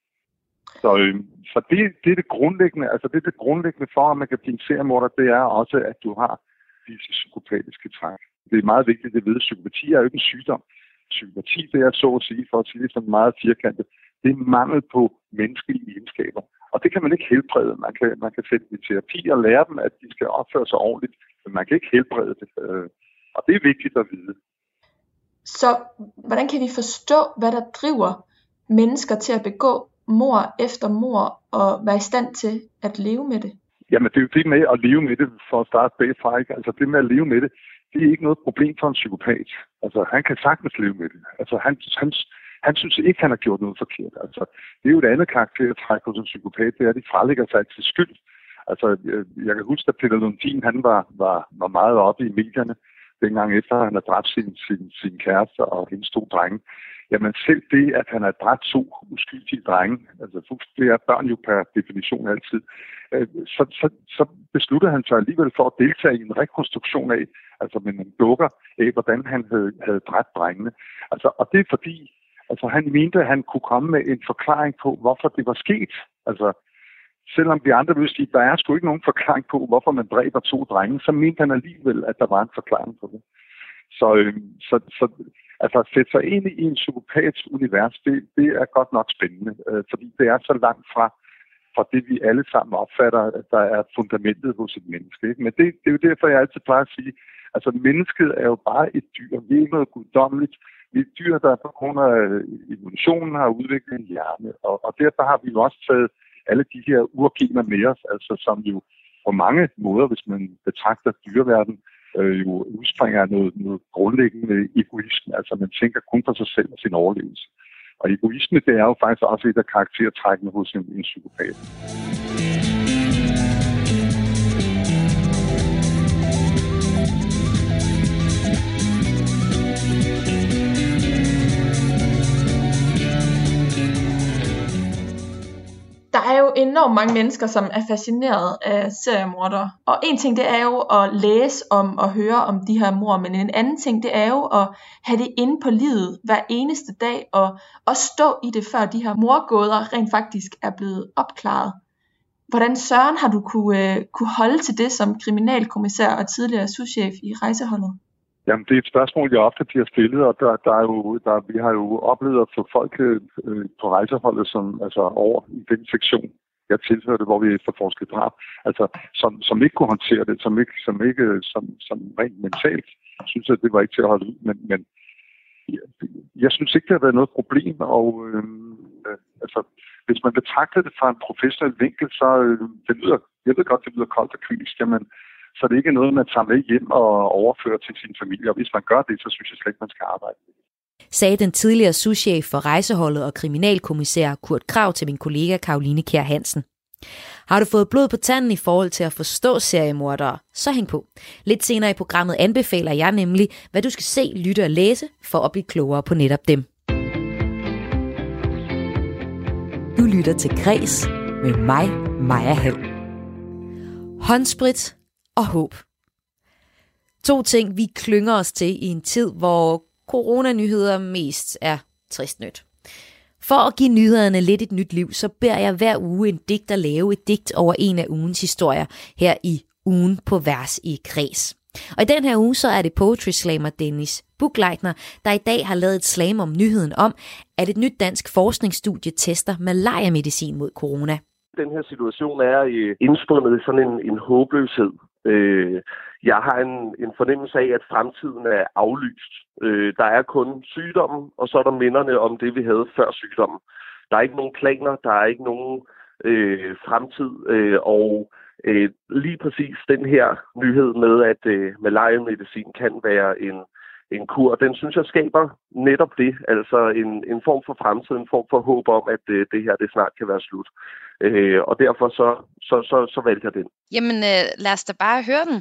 Så, øh, så det, det er det grundlæggende, altså det er det grundlæggende for, at man kan blive en seriemorder, det er også, at du har disse psykopatiske træk. Det er meget vigtigt at vide, at psykopati er jo ikke en sygdom. Psykopati, det er så at sige, for at sige det sådan meget firkantet, det er mangel på menneskelige egenskaber. Og det kan man ikke helbrede. Man kan, man kan sætte dem i terapi og lære dem, at de skal opføre sig ordentligt, men man kan ikke helbrede det. Og det er vigtigt at vide. Så hvordan kan vi forstå, hvad der driver mennesker til at begå mord efter mord og være i stand til at leve med det? Jamen, det er jo det med at leve med det, for at starte bagfra, ikke? Altså, det med at leve med det, det er ikke noget problem for en psykopat. Altså, han kan sagtens leve med det. Altså, han, han, han synes ikke, han har gjort noget forkert. Altså, det er jo et andet karaktertræk hos en psykopat, det er, at de frelægger sig til skyld. Altså, jeg, jeg kan huske, at Peter Lundin, han var, var, var meget oppe i medierne, dengang efter, at han havde dræbt sin, sin, sin kæreste og hendes to drenge. Jamen selv det, at han har dræbt to uskyldige drenge, altså det er børn jo per definition altid, så, så, så besluttede han sig alligevel for at deltage i en rekonstruktion af, altså med en dukker af, hvordan han havde, havde dræbt drengene. Altså, og det er fordi, altså han mente, at han kunne komme med en forklaring på, hvorfor det var sket. Altså, selvom de andre vil sige, at der er sgu ikke nogen forklaring på, hvorfor man dræber to drenge, så mente han alligevel, at der var en forklaring på det. Så, øh, så, så altså at sætte sig ind i en psykopats univers, det, det er godt nok spændende, øh, fordi det er så langt fra, fra det, vi alle sammen opfatter, at der er fundamentet hos et menneske. Ikke? Men det, det er jo derfor, jeg altid plejer at sige, altså mennesket er jo bare et dyr, vi er ikke noget guddommeligt. Vi er et dyr, der på grund af evolutionen har udviklet en hjerne, og, og derfor har vi jo også taget alle de her urgener med os, altså som jo på mange måder, hvis man betragter dyreverdenen, øh, jo udspringer af noget, noget grundlæggende egoisme. Altså man tænker kun på sig selv og sin overlevelse. Og egoisme, det er jo faktisk også et af karaktertrækkene hos en, en psykopat. Der er jo enormt mange mennesker, som er fascineret af seriemordere. Og en ting, det er jo at læse om og høre om de her mord, men en anden ting, det er jo at have det inde på livet hver eneste dag, og også stå i det, før de her mordgåder rent faktisk er blevet opklaret. Hvordan søren har du kunne, uh, kunne holde til det som kriminalkommissær og tidligere souschef i rejseholdet? Jamen, det er et spørgsmål, jeg ofte bliver stillet, og der, der er jo, der, vi har jo oplevet at få folk øh, på rejseholdet, som altså over i den sektion, jeg tilhørte, hvor vi efterforskede drab, altså som, som ikke kunne håndtere det, som ikke, som ikke, som, som rent mentalt synes, at det var ikke til at holde ud, men, men jeg, jeg synes ikke, det har været noget problem, og øh, altså, hvis man betragter det fra en professionel vinkel, så øh, det lyder, jeg ved godt, det lyder koldt og kynisk, men så det er ikke noget, man tager med hjem og overfører til sin familie. Og hvis man gør det, så synes jeg slet ikke, man skal arbejde. Sagde den tidligere souschef for rejseholdet og kriminalkommissær Kurt Krag til min kollega Caroline Kjær Hansen. Har du fået blod på tanden i forhold til at forstå seriemordere? Så hæng på. Lidt senere i programmet anbefaler jeg nemlig, hvad du skal se, lytte og læse for at blive klogere på netop dem. Du lytter til Græs med mig, Maja Hall. Håndsprit og håb. To ting, vi klynger os til i en tid, hvor coronanyheder mest er trist nyt. For at give nyhederne lidt et nyt liv, så beder jeg hver uge en digter lave et digt over en af ugens historier her i ugen på vers i Græs. Og i den her uge, så er det poetry slammer Dennis Buchleitner, der i dag har lavet et slam om nyheden om, at et nyt dansk forskningsstudie tester malariamedicin mod corona. Den her situation er indspundet i sådan en, en håbløshed. Jeg har en, en fornemmelse af, at fremtiden er aflyst. Der er kun sygdommen, og så er der minderne om det, vi havde før sygdommen. Der er ikke nogen planer, der er ikke nogen øh, fremtid, øh, og øh, lige præcis den her nyhed med, at øh, malariamedicin kan være en, en kur, den synes jeg skaber netop det, altså en, en form for fremtid, en form for håb om, at øh, det her det snart kan være slut. Øh, og derfor så, så, så, så valgte jeg den. Jamen øh, lad os da bare høre den.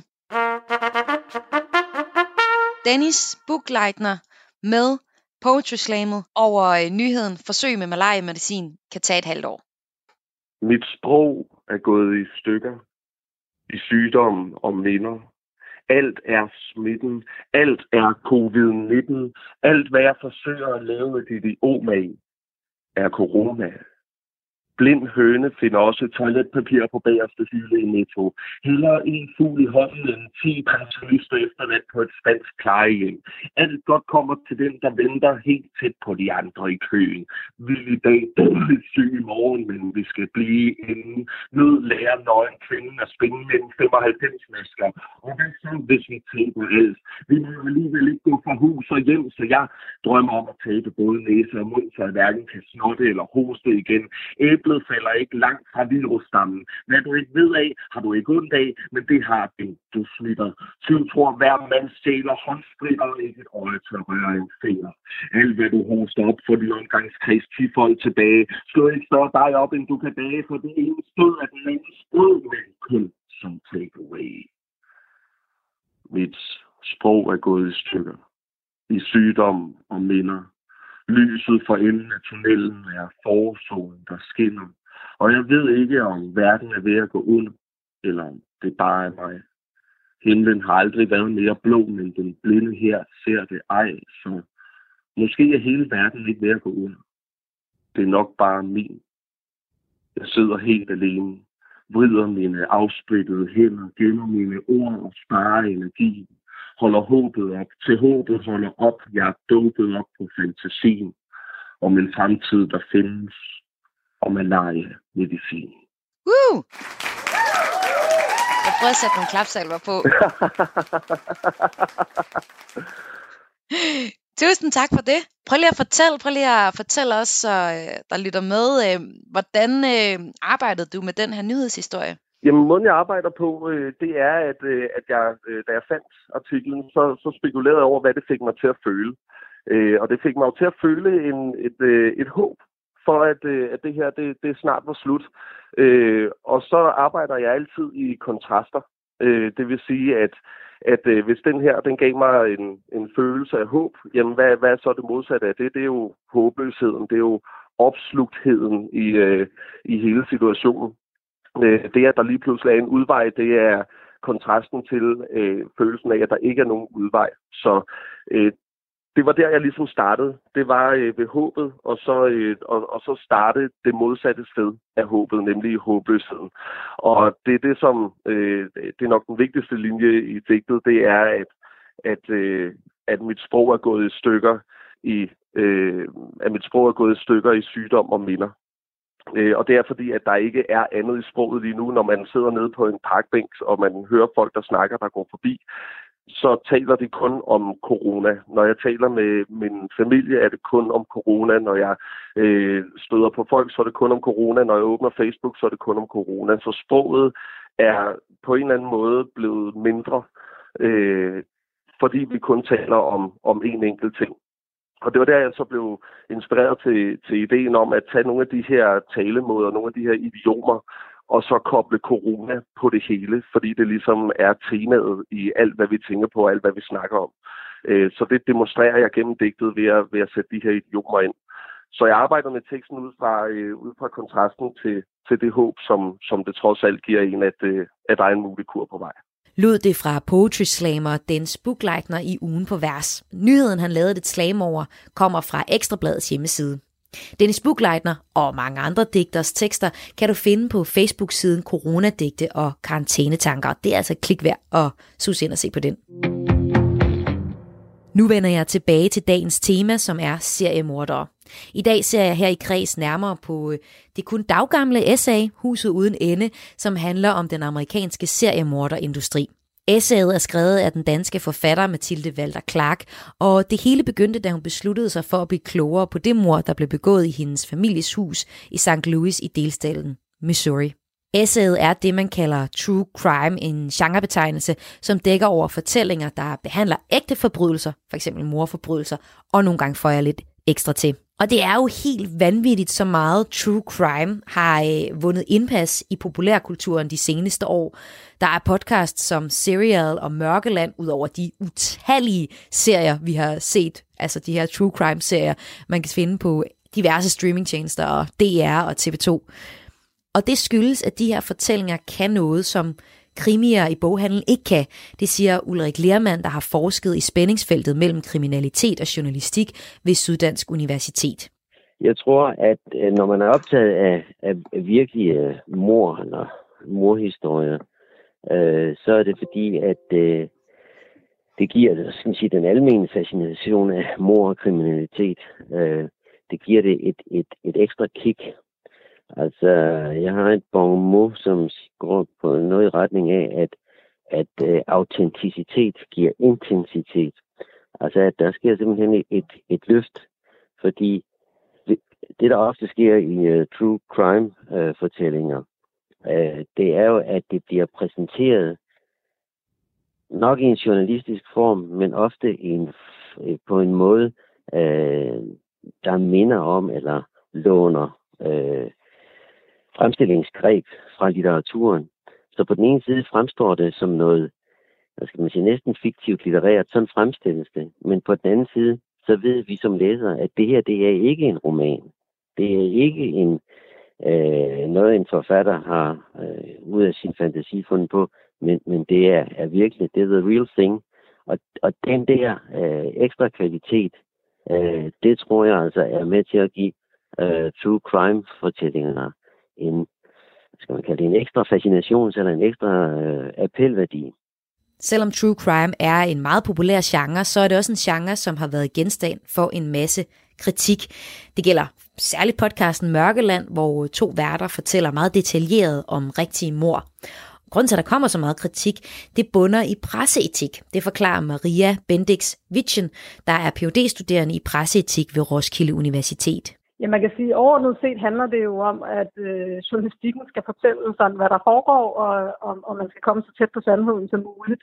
Dennis Buchleitner med Poetry Slammet over øh, nyheden forsøg med malariamedicin kan tage et halvt år. Mit sprog er gået i stykker, i sygdom og minder. Alt er smitten, alt er covid nitten, alt hvad jeg forsøger at lave et idiom af, er corona. Blind høne finder også toiletpapir på bagerste hylde i Netto. Hælder en fugl i hånden end ti pensionister efterladt på et spansk plejehjem. Alt godt kommer til den, der venter helt tæt på de andre i køen. Vi i dag dårligt syg i morgen, men vi skal blive inden. Nød lærer nøgen kvinden at spænde mellem femoghalvfems masker. Og hvad så, hvis vi taber alt? Vi må alligevel ikke gå fra hus og hjem, så jeg drømmer om at tabe både næse og mund, så jeg hverken kan snotte eller hoste igen. Æblet falder ikke langt fra virusstammen. Hvad du ikke ved af, har du ikke ondt af, men det har du, du smitter. Tyv tror, hver mand stjæler håndspritter og ikke et øje til at røre en finger. Alt hvad du hoster op, får de omgangskreds ti folk tilbage. Slå ikke større dig op, end du kan bage, for det ene stød af den anden stød, men kun som take away. Mit sprog er gået i stykker. I sygdom og minder. Lyset for enden af tunnelen er forårssolen, der skinner. Og jeg ved ikke, om verden er ved at gå ud, eller om det bare er mig. Himlen har aldrig været mere blå, men den blinde her ser det ej, så måske er hele verden ikke ved at gå ud. Det er nok bare min. Jeg sidder helt alene, vrider mine afsprittede hænder, gemmer mine ord og sparer energi. Holder håbet op, til håbet holder op, jeg er dopet op på fantasien om en fremtid, der findes, og malaria-medicin. Woo! Jeg prøver at sætte nogle klapsalver på. Tusind tak for det. Prøv lige at fortælle, prøv lige at fortælle os, der lytter med, hvordan arbejdede du med den her nyhedshistorie? Jamen, måden jeg arbejder på, øh, det er, at, øh, at jeg, øh, da jeg fandt artiklen, så, så spekulerede jeg over, hvad det fik mig til at føle. Øh, og det fik mig jo til at føle en, et, øh, et håb for, at, øh, at det her det, det snart var slut. Øh, og så arbejder jeg altid i kontraster. Øh, det vil sige, at, at øh, hvis den her den gav mig en, en følelse af håb, jamen hvad, hvad er så det modsatte af det? Det er jo håbløsheden, det er jo opslugtheden i, øh, i hele situationen. Det, at der lige pludselig er en udvej, det er kontrasten til øh, følelsen af, at der ikke er nogen udvej. Så øh, det var der, jeg ligesom startede. Det var øh, ved håbet, og så, øh, og, og så startede det modsatte sted af håbet, nemlig i håbløsheden. Og det er det, som øh, det er nok den vigtigste linje i digtet, det er, at, at, øh, at mit sprog er gået i stykker i, øh, at mit sprog er gået i stykker i sygdom og minder. Øh, og det er fordi, at der ikke er andet i sproget lige nu, når man sidder nede på en parkbænk, og man hører folk, der snakker, der går forbi, så taler de kun om corona. Når jeg taler med min familie, er det kun om corona. Når jeg øh, støder på folk, så er det kun om corona. Når jeg åbner Facebook, så er det kun om corona. Så sproget er på en eller anden måde blevet mindre, øh, fordi vi kun taler om, om en enkelt ting. Og det var der, jeg så blev inspireret til, til ideen om at tage nogle af de her talemåder, nogle af de her idiomer, og så koble corona på det hele, fordi det ligesom er temaet i alt, hvad vi tænker på, og alt, hvad vi snakker om. Så det demonstrerer jeg gennem digtet ved at, ved at sætte de her idiomer ind. så jeg arbejder med teksten ud fra, øh, ud fra kontrasten til, til det håb, som, som det trods alt giver en, at, øh, at der er en mulig kur på vej. Lød det fra Poetry Slammer Dennis Buchleitner i Ugen på Vers. Nyheden, han lavede et slam over, kommer fra Ekstrabladets hjemmeside. Dennis Buchleitner og mange andre digters tekster kan du finde på Facebook-siden Coronadigte og Karantænetanker. Det er altså et klik værd at sus ind og se på den. Nu vender jeg tilbage til dagens tema, som er seriemordere. I dag ser jeg her i Kreds nærmere på det kun daggamle essay, Huset uden ende, som handler om den amerikanske seriemorderindustri. Essayet er skrevet af den danske forfatter Mathilde Walter Clark, og det hele begyndte, da hun besluttede sig for at blive klogere på det mord, der blev begået i hendes families hus i Saint Louis i delstaten Missouri. Essayet er det, man kalder true crime, en genrebetegnelse, som dækker over fortællinger, der behandler ægte forbrydelser, f.eks. mordforbrydelser, og nogle gange får jeg lidt ekstra til. Og det er jo helt vanvittigt, så meget true crime har øh, vundet indpas i populærkulturen de seneste år. Der er podcasts som Serial og Mørkeland, ud over de utallige serier, vi har set, altså de her true crime-serier, man kan finde på diverse streamingtjenester og D R og T V to. Og det skyldes, at de her fortællinger kan noget, som krimier i boghandlen ikke kan. Det siger Ulrik Lermand, der har forsket i spændingsfeltet mellem kriminalitet og journalistik ved Syddansk Universitet. Jeg tror, at når man er optaget af, af virkelige mord eller mordhistorier, øh, så er det fordi, at øh, det giver skal man sige, den almene fascination af mord og kriminalitet. Øh, det giver det et, et, et ekstra kick. Altså, jeg har et bon mot, som går på noget i retning af, at, at uh, autenticitet giver intensitet. Altså, at der sker simpelthen et, et, et løft, fordi det, det der ofte sker i uh, true crime-fortællinger, uh, uh, det er jo, at det bliver præsenteret nok i en journalistisk form, men ofte i en, på en måde, uh, der minder om eller låner uh, fremstillingsgreb fra litteraturen. Så på den ene side fremstår det som noget, hvad skal man sige, næsten fiktivt litterært, sådan fremstilles det. Men på den anden side, så ved vi som læsere, at det her, det er ikke en roman. Det er ikke en, øh, noget, en forfatter har øh, ud af sin fantasi fundet på, men, men det er, er virkelig, det er the real thing. Og, og den der øh, ekstra kvalitet, øh, det tror jeg altså er med til at give øh, true crime-fortællinger en, skal man kalde det, en ekstra fascination eller en ekstra øh, appelværdi. Selvom true crime er en meget populær genre, så er det også en genre, som har været genstand for en masse kritik. Det gælder særligt podcasten Mørkeland, hvor to værter fortæller meget detaljeret om rigtige mord. Grunden til, at der kommer så meget kritik, det bunder i presseetik. Det forklarer Maria Bendix Wittchen, der er P H D-studerende i presseetik ved Roskilde Universitet. Ja, man kan sige, at overordnet set handler det jo om, at øh, journalistikken skal fortælle sådan, hvad der foregår, og, og, og man skal komme så tæt på sandheden som muligt.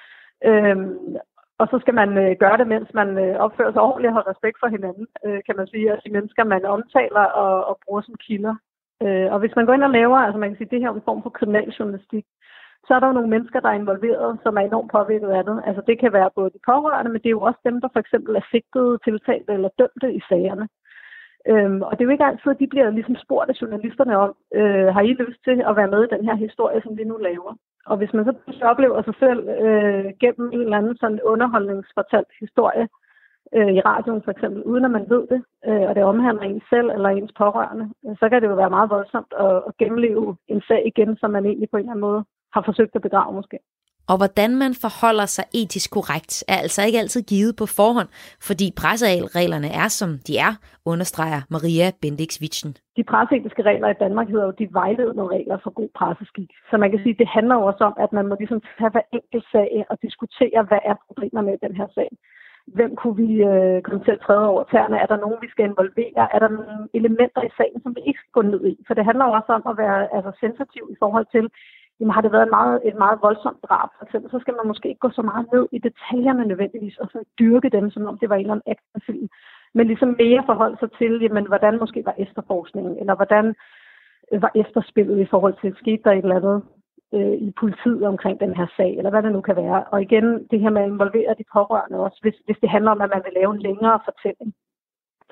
Øhm, og så skal man øh, gøre det, mens man øh, opfører sig ordentligt og har respekt for hinanden, øh, kan man sige, og de mennesker, man omtaler og, og bruger som kilder. Øh, og hvis man går ind og laver, altså man kan sige, det her er en form for kriminaljournalistik, så er der jo nogle mennesker, der er involveret, som er enormt påvirket af det. Altså det kan være både de pårørende, men det er jo også dem, der for eksempel er sigtede, tiltalte eller dømte i sagerne. Øhm, og det er jo ikke altid, at de bliver ligesom spurgt af journalisterne om, øh, har I lyst til at være med i den her historie, som vi nu laver? Og hvis man så oplever sig selv øh, gennem en eller anden sådan underholdningsfortalt historie øh, i radioen for eksempel, uden at man ved det, øh, og det omhandler en selv eller ens pårørende, øh, så kan det jo være meget voldsomt at, at gennemleve en sag igen, som man egentlig på en eller anden måde har forsøgt at begrave måske. Og hvordan man forholder sig etisk korrekt, er altså ikke altid givet på forhånd, fordi pressereglerne er, som de er, understreger Maria Bendix Wittchen. De presseetiske regler i Danmark hedder jo de vejledende regler for god presseskik. Så man kan sige, at det handler også om, at man må ligesom tage hver enkelt sag og diskutere, hvad er problemer med den her sag. Hvem kunne vi øh, komme til at træde over tæerne? Er der nogen, vi skal involvere? Er der nogle elementer i sagen, som vi ikke skal gå ned i? For det handler også om at være altså, sensitiv i forhold til, jamen, har det været et meget, et meget voldsomt drab, for eksempel, så skal man måske ikke gå så meget ned i detaljerne nødvendigvis, og så dyrke dem, som om det var en eller anden actionfilm. Men ligesom mere forholde sig til, jamen, hvordan måske var efterforskningen, eller hvordan var efterspillet i forhold til, skete der et eller andet øh, i politiet omkring den her sag, eller hvad det nu kan være. Og igen, det her med at involvere de pårørende også, hvis, hvis det handler om, at man vil lave en længere fortælling.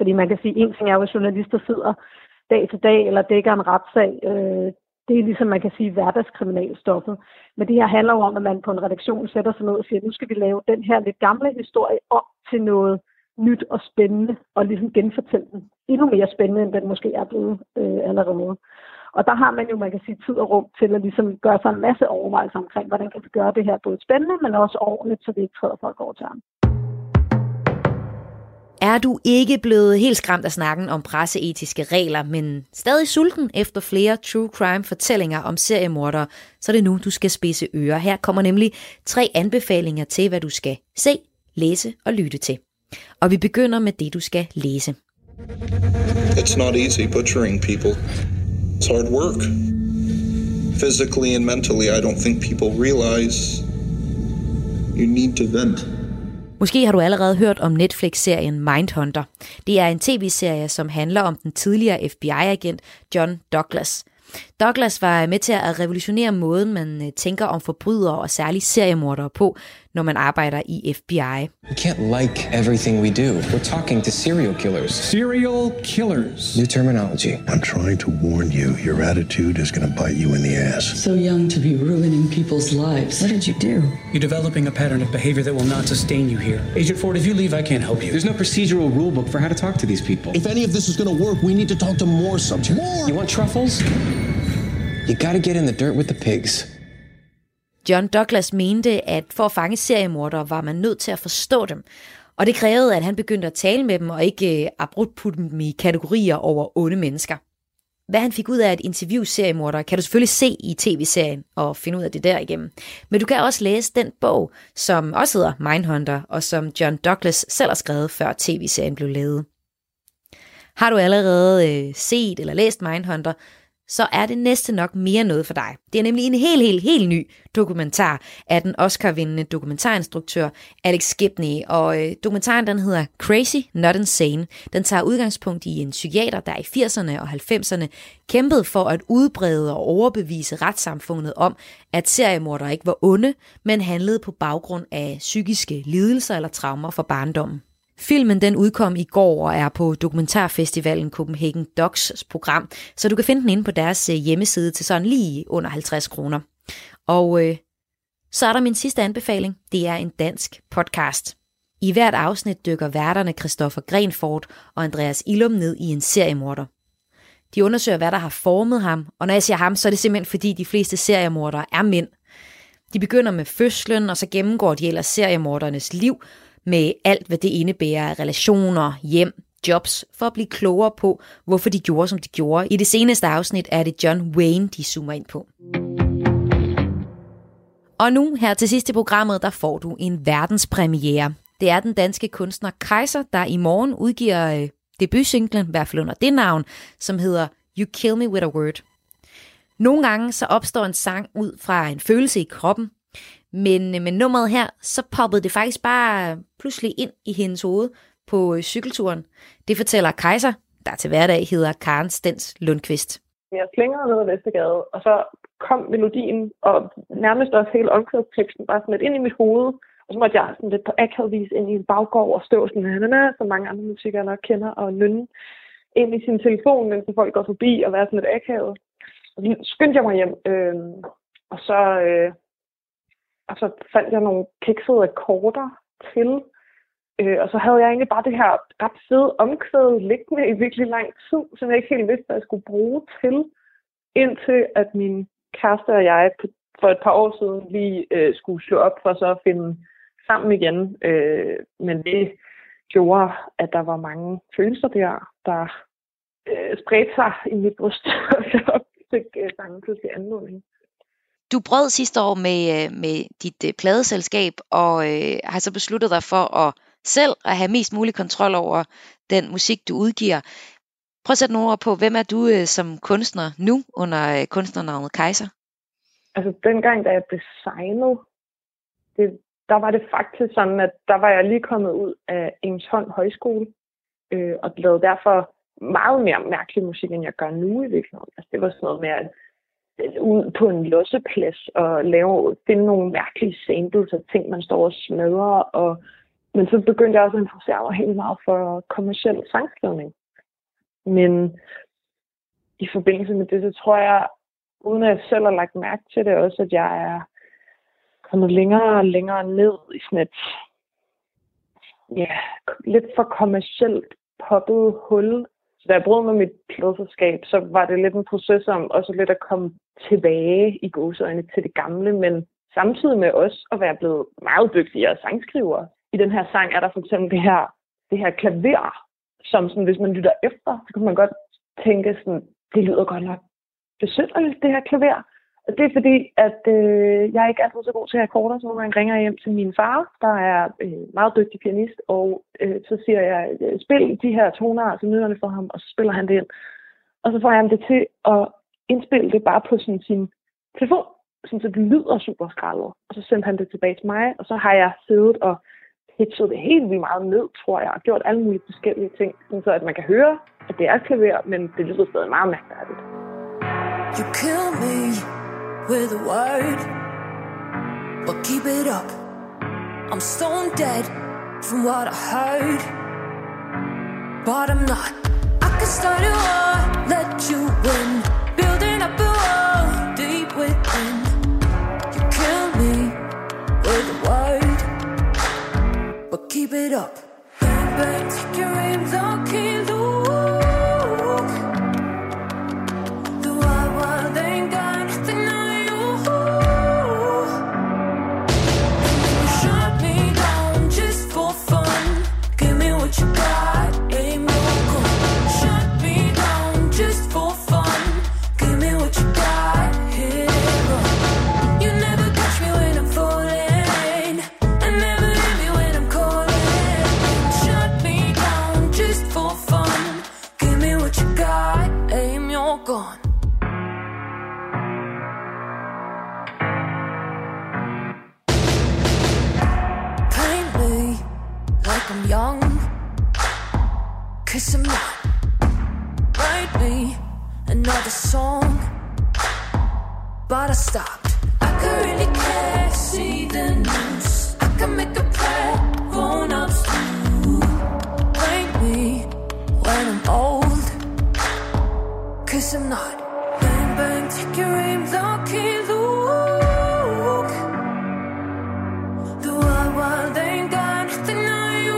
Fordi man kan sige, en ting er jo, at journalister sidder dag til dag eller dækker en retssag. Øh, det er ligesom, man kan sige, hverdagskriminalstoffet. Men det her handler jo om, at man på en redaktion sætter sig ned og siger, nu skal vi lave den her lidt gamle historie om til noget nyt og spændende, og ligesom genfortælle den endnu mere spændende, end den måske er blevet øh, allerede. Og der har man jo, man kan sige, tid og rum til at ligesom gøre sig en masse overvejelser omkring, hvordan kan vi gøre det her både spændende, men også ordentligt, så det ikke træder folk over til ham. Er du ikke blevet helt skræmt af snakken om presseetiske regler, men stadig sulten efter flere true crime fortællinger om seriemordere, så er det nu, du skal spidse ører. Her kommer nemlig tre anbefalinger til, hvad du skal se, læse og lytte til. Og vi begynder med det, du skal læse. It's not easy butchering people. It's hard work. Physically and mentally, I don't think people realize you need to vent. Måske har du allerede hørt om Netflix-serien Mindhunter. Det er en tv-serie, som handler om den tidligere F B I-agent John Douglas. Douglas var med til at revolutionere måden, man tænker om forbrydere og særligt seriemordere på, når man arbejder i F B I. We can't like everything we do. We're talking to serial killers. Serial killers. New terminology. I'm trying to warn you, your attitude is going to bite you in the ass. So young to be ruining people's lives. What did you do? You're developing a pattern of behavior that will not sustain you here. Agent Ford, if you leave, I can't help you. There's no procedural rule book for how to talk to these people. If any of this is going to work, we need to talk to more subjects. More. You want truffles? You gotta get in the dirt with the pigs. John Douglas mente, at for at fange seriemordere var man nødt til at forstå dem. Og det krævede, at han begyndte at tale med dem og ikke abrupt putte dem i kategorier over onde mennesker. Hvad han fik ud af at interviewe seriemordere, kan du selvfølgelig se i tv-serien og finde ud af det derigennem. Men du kan også læse den bog, som også hedder Mindhunter, og som John Douglas selv har skrevet, før tv-serien blev lavet. Har du allerede øh, set eller læst Mindhunter, så er det næste nok mere noget for dig. Det er nemlig en helt, helt, helt ny dokumentar af den Oscar-vindende dokumentarinstruktør Alex Gibney, og øh, dokumentaren den hedder Crazy Not Insane. Den tager udgangspunkt i en psykiater, der i firserne og halvfemserne kæmpede for at udbrede og overbevise retssamfundet om, at seriemordere ikke var onde, men handlede på baggrund af psykiske lidelser eller traumer fra barndommen. Filmen den udkom i går og er på dokumentarfestivalen Copenhagen Docs program, så du kan finde den inde på deres hjemmeside til sådan lige under halvtreds kroner. Og øh, så er der min sidste anbefaling. Det er en dansk podcast. I hvert afsnit dykker værterne Christoffer Grenfort og Andreas Illum ned i en seriemorder. De undersøger, hvad der har formet ham, og når jeg siger ham, så er det simpelthen fordi de fleste seriemordere er mænd. De begynder med fødslen, og så gennemgår de ellers seriemordernes liv, med alt, hvad det indebærer af relationer, hjem, jobs, for at blive klogere på, hvorfor de gjorde, som de gjorde. I det seneste afsnit er det John Wayne, de zoomer ind på. Og nu, her til sidst i programmet, der får du en verdenspremiere. Det er den danske kunstner Kaiser, der i morgen udgiver øh, debutsinglen, i hvert fald under det navn, som hedder You Kill Me With A Word. Nogle gange så opstår en sang ud fra en følelse i kroppen, Men med nummeret her, så poppede det faktisk bare pludselig ind i hendes hoved på cykelturen. Det fortæller Kaiser, der til hverdag hedder Karen Stens Lundqvist. Jeg slingrede ned ad Vestergade, og så kom melodien og nærmest også hele omkvædsteksten bare sådan lidt ind i mit hoved. Og så måtte jeg sådan lidt på akavet vis ind i en baggård og stå sådan, nanana, som mange andre musikere nok kender, og nynne ind i sin telefon, mens folk går forbi og være sådan lidt akavet. Og så skyndte jeg mig hjem, øh, og så... Øh, Og så fandt jeg nogle kiksede akkorder til. Øh, og så havde jeg egentlig bare det her ret fede omkvæd liggende i virkelig lang tid, som jeg ikke helt vidste, hvad jeg skulle bruge til. Indtil at min kæreste og jeg for et par år siden lige øh, skulle slå op for så at finde sammen igen. Øh, men det gjorde, at der var mange følelser der, der øh, spredte sig i mit bryst. Og så fik øh, sangen pludselig anledning. Du brød sidste år med, med dit uh, pladeselskab, og uh, har så besluttet dig for at selv at have mest mulig kontrol over den musik, du udgiver. Prøv at sætte nogle ord på, hvem er du uh, som kunstner nu under uh, kunstnernavnet Kaiser? Altså dengang, da jeg blev signet, det, der var det faktisk sådan, at der var jeg lige kommet ud af Engelsholm Højskole, øh, og lavede derfor meget mere mærkelig musik, end jeg gør nu i virkeligheden. Altså det var sådan noget med at ud på en losseplads og lave, finde nogle mærkelige samples af ting, man står og smadrer, og men så begyndte jeg også at interessere mig helt meget for kommerciel sangskrivning. Men i forbindelse med det, så tror jeg, uden at jeg selv har lagt mærke til det også, at jeg er kommet længere og længere ned i sådan et, ja, lidt for kommercielt poppet hul. Så da jeg brød med mit pladselskab, så var det lidt en proces om også lidt at komme tilbage i gåseøjne til det gamle, men samtidig med også at være blevet meget dygtigere sangskriver. I den her sang er der for eksempel det her, det her klaver, som sådan, hvis man lytter efter, så kan man godt tænke sådan, det lyder godt nok besynderligt, det her klaver. Og det er fordi, at øh, jeg er ikke altid så god til akkorder, så nogle gange ringer jeg hjem til min far, der er øh, meget dygtig pianist, og øh, så siger jeg, spil de her toner, altså nyderne for ham, og så spiller han det ind. Og så får jeg ham det til at indspille det bare på sådan sin telefon, sådan, så det lyder super skrællet. Og så sendte han det tilbage til mig, og så har jeg siddet og pitchet det helt vildt meget ned, tror jeg, og gjort alle mulige forskellige ting, sådan så at man kan høre, at det er et klaver, men det lyder stadig meget mærkværdigt. You kill me with a word, but keep it up. I'm stone dead from what I heard, but I'm not. I can start a war, let you win, building up a wall deep within. You kill me with a word, but keep it up. Bang, bang, take your aim, don't kill you. The wild, wild ain't got nothing on you. You shut me down just for fun. Give me what you got, aim your gun. Shut me down just for fun. Give me what you got, hit it run. You never catch me when I'm falling, and never leave me when I'm calling. Shut me down just for fun. Give me what you got, aim your gun. Paint me like I'm young, 'cause I'm not. Write me another song, but I stopped. I could really care, see the news. I can make a prayer, grown-ups do. Paint me when I'm old, 'cause I'm not. Bang, bang, take your aim, don't kill Luke. The wild, wild ain't got nothing on you.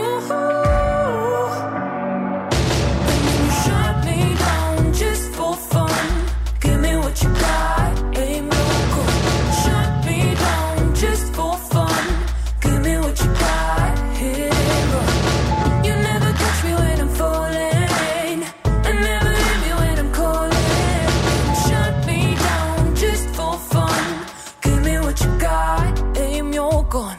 And you shut me down just for fun. Give me what you got, aim your gun. Shut me down just for fun. Give me what you got, hit it run. You never catch me when I'm falling, and never leave me when I'm calling. Shut me down just for fun. Give me what you got, aim your gun.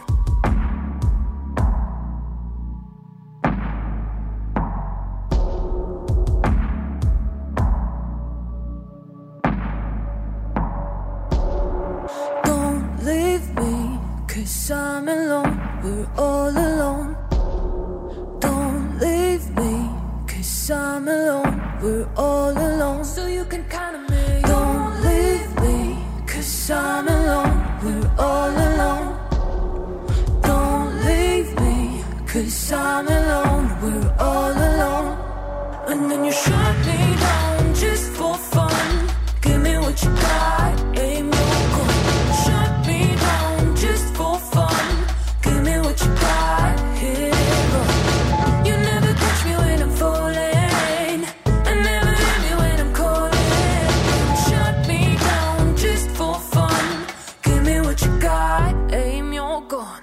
Don't leave me, 'cause I'm alone, we're all alone. Don't leave me, 'cause I'm alone, we're all alone. So you can count on me. Don't leave me, 'cause I'm alone, we're all alone. Don't leave me, 'cause I'm alone, we're all alone. And then you shut me down just for fun. Give me what you got, aim your gun. Shut me down just for fun. Give me what you got, hit it run. You never catch me when I'm falling, and never leave me when I'm calling. Shut me down just for fun. Give me what you got, aim your gun.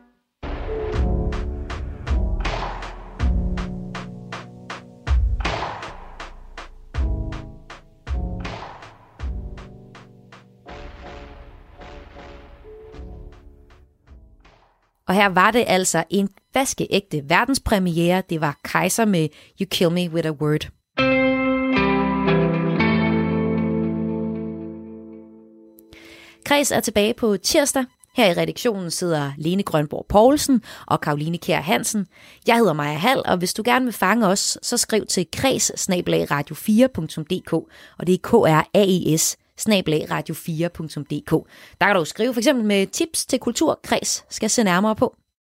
Og her var det altså en vaskeægte verdenspremiere. Det var Kaiser med You Kill Me With A Word. Kreds er tilbage på tirsdag. Her i redaktionen sidder Lene Grønborg Poulsen og Caroline Kjær Hansen. Jeg hedder Maja Hall, og hvis du gerne vil fange os, så skriv til kreds bindestreg radio fire punktum d k, og det er K R A E S bindestreg radio fire punktum d k. Der kan du skrive for eksempel med tips til kultur, Kreds skal se nærmere på.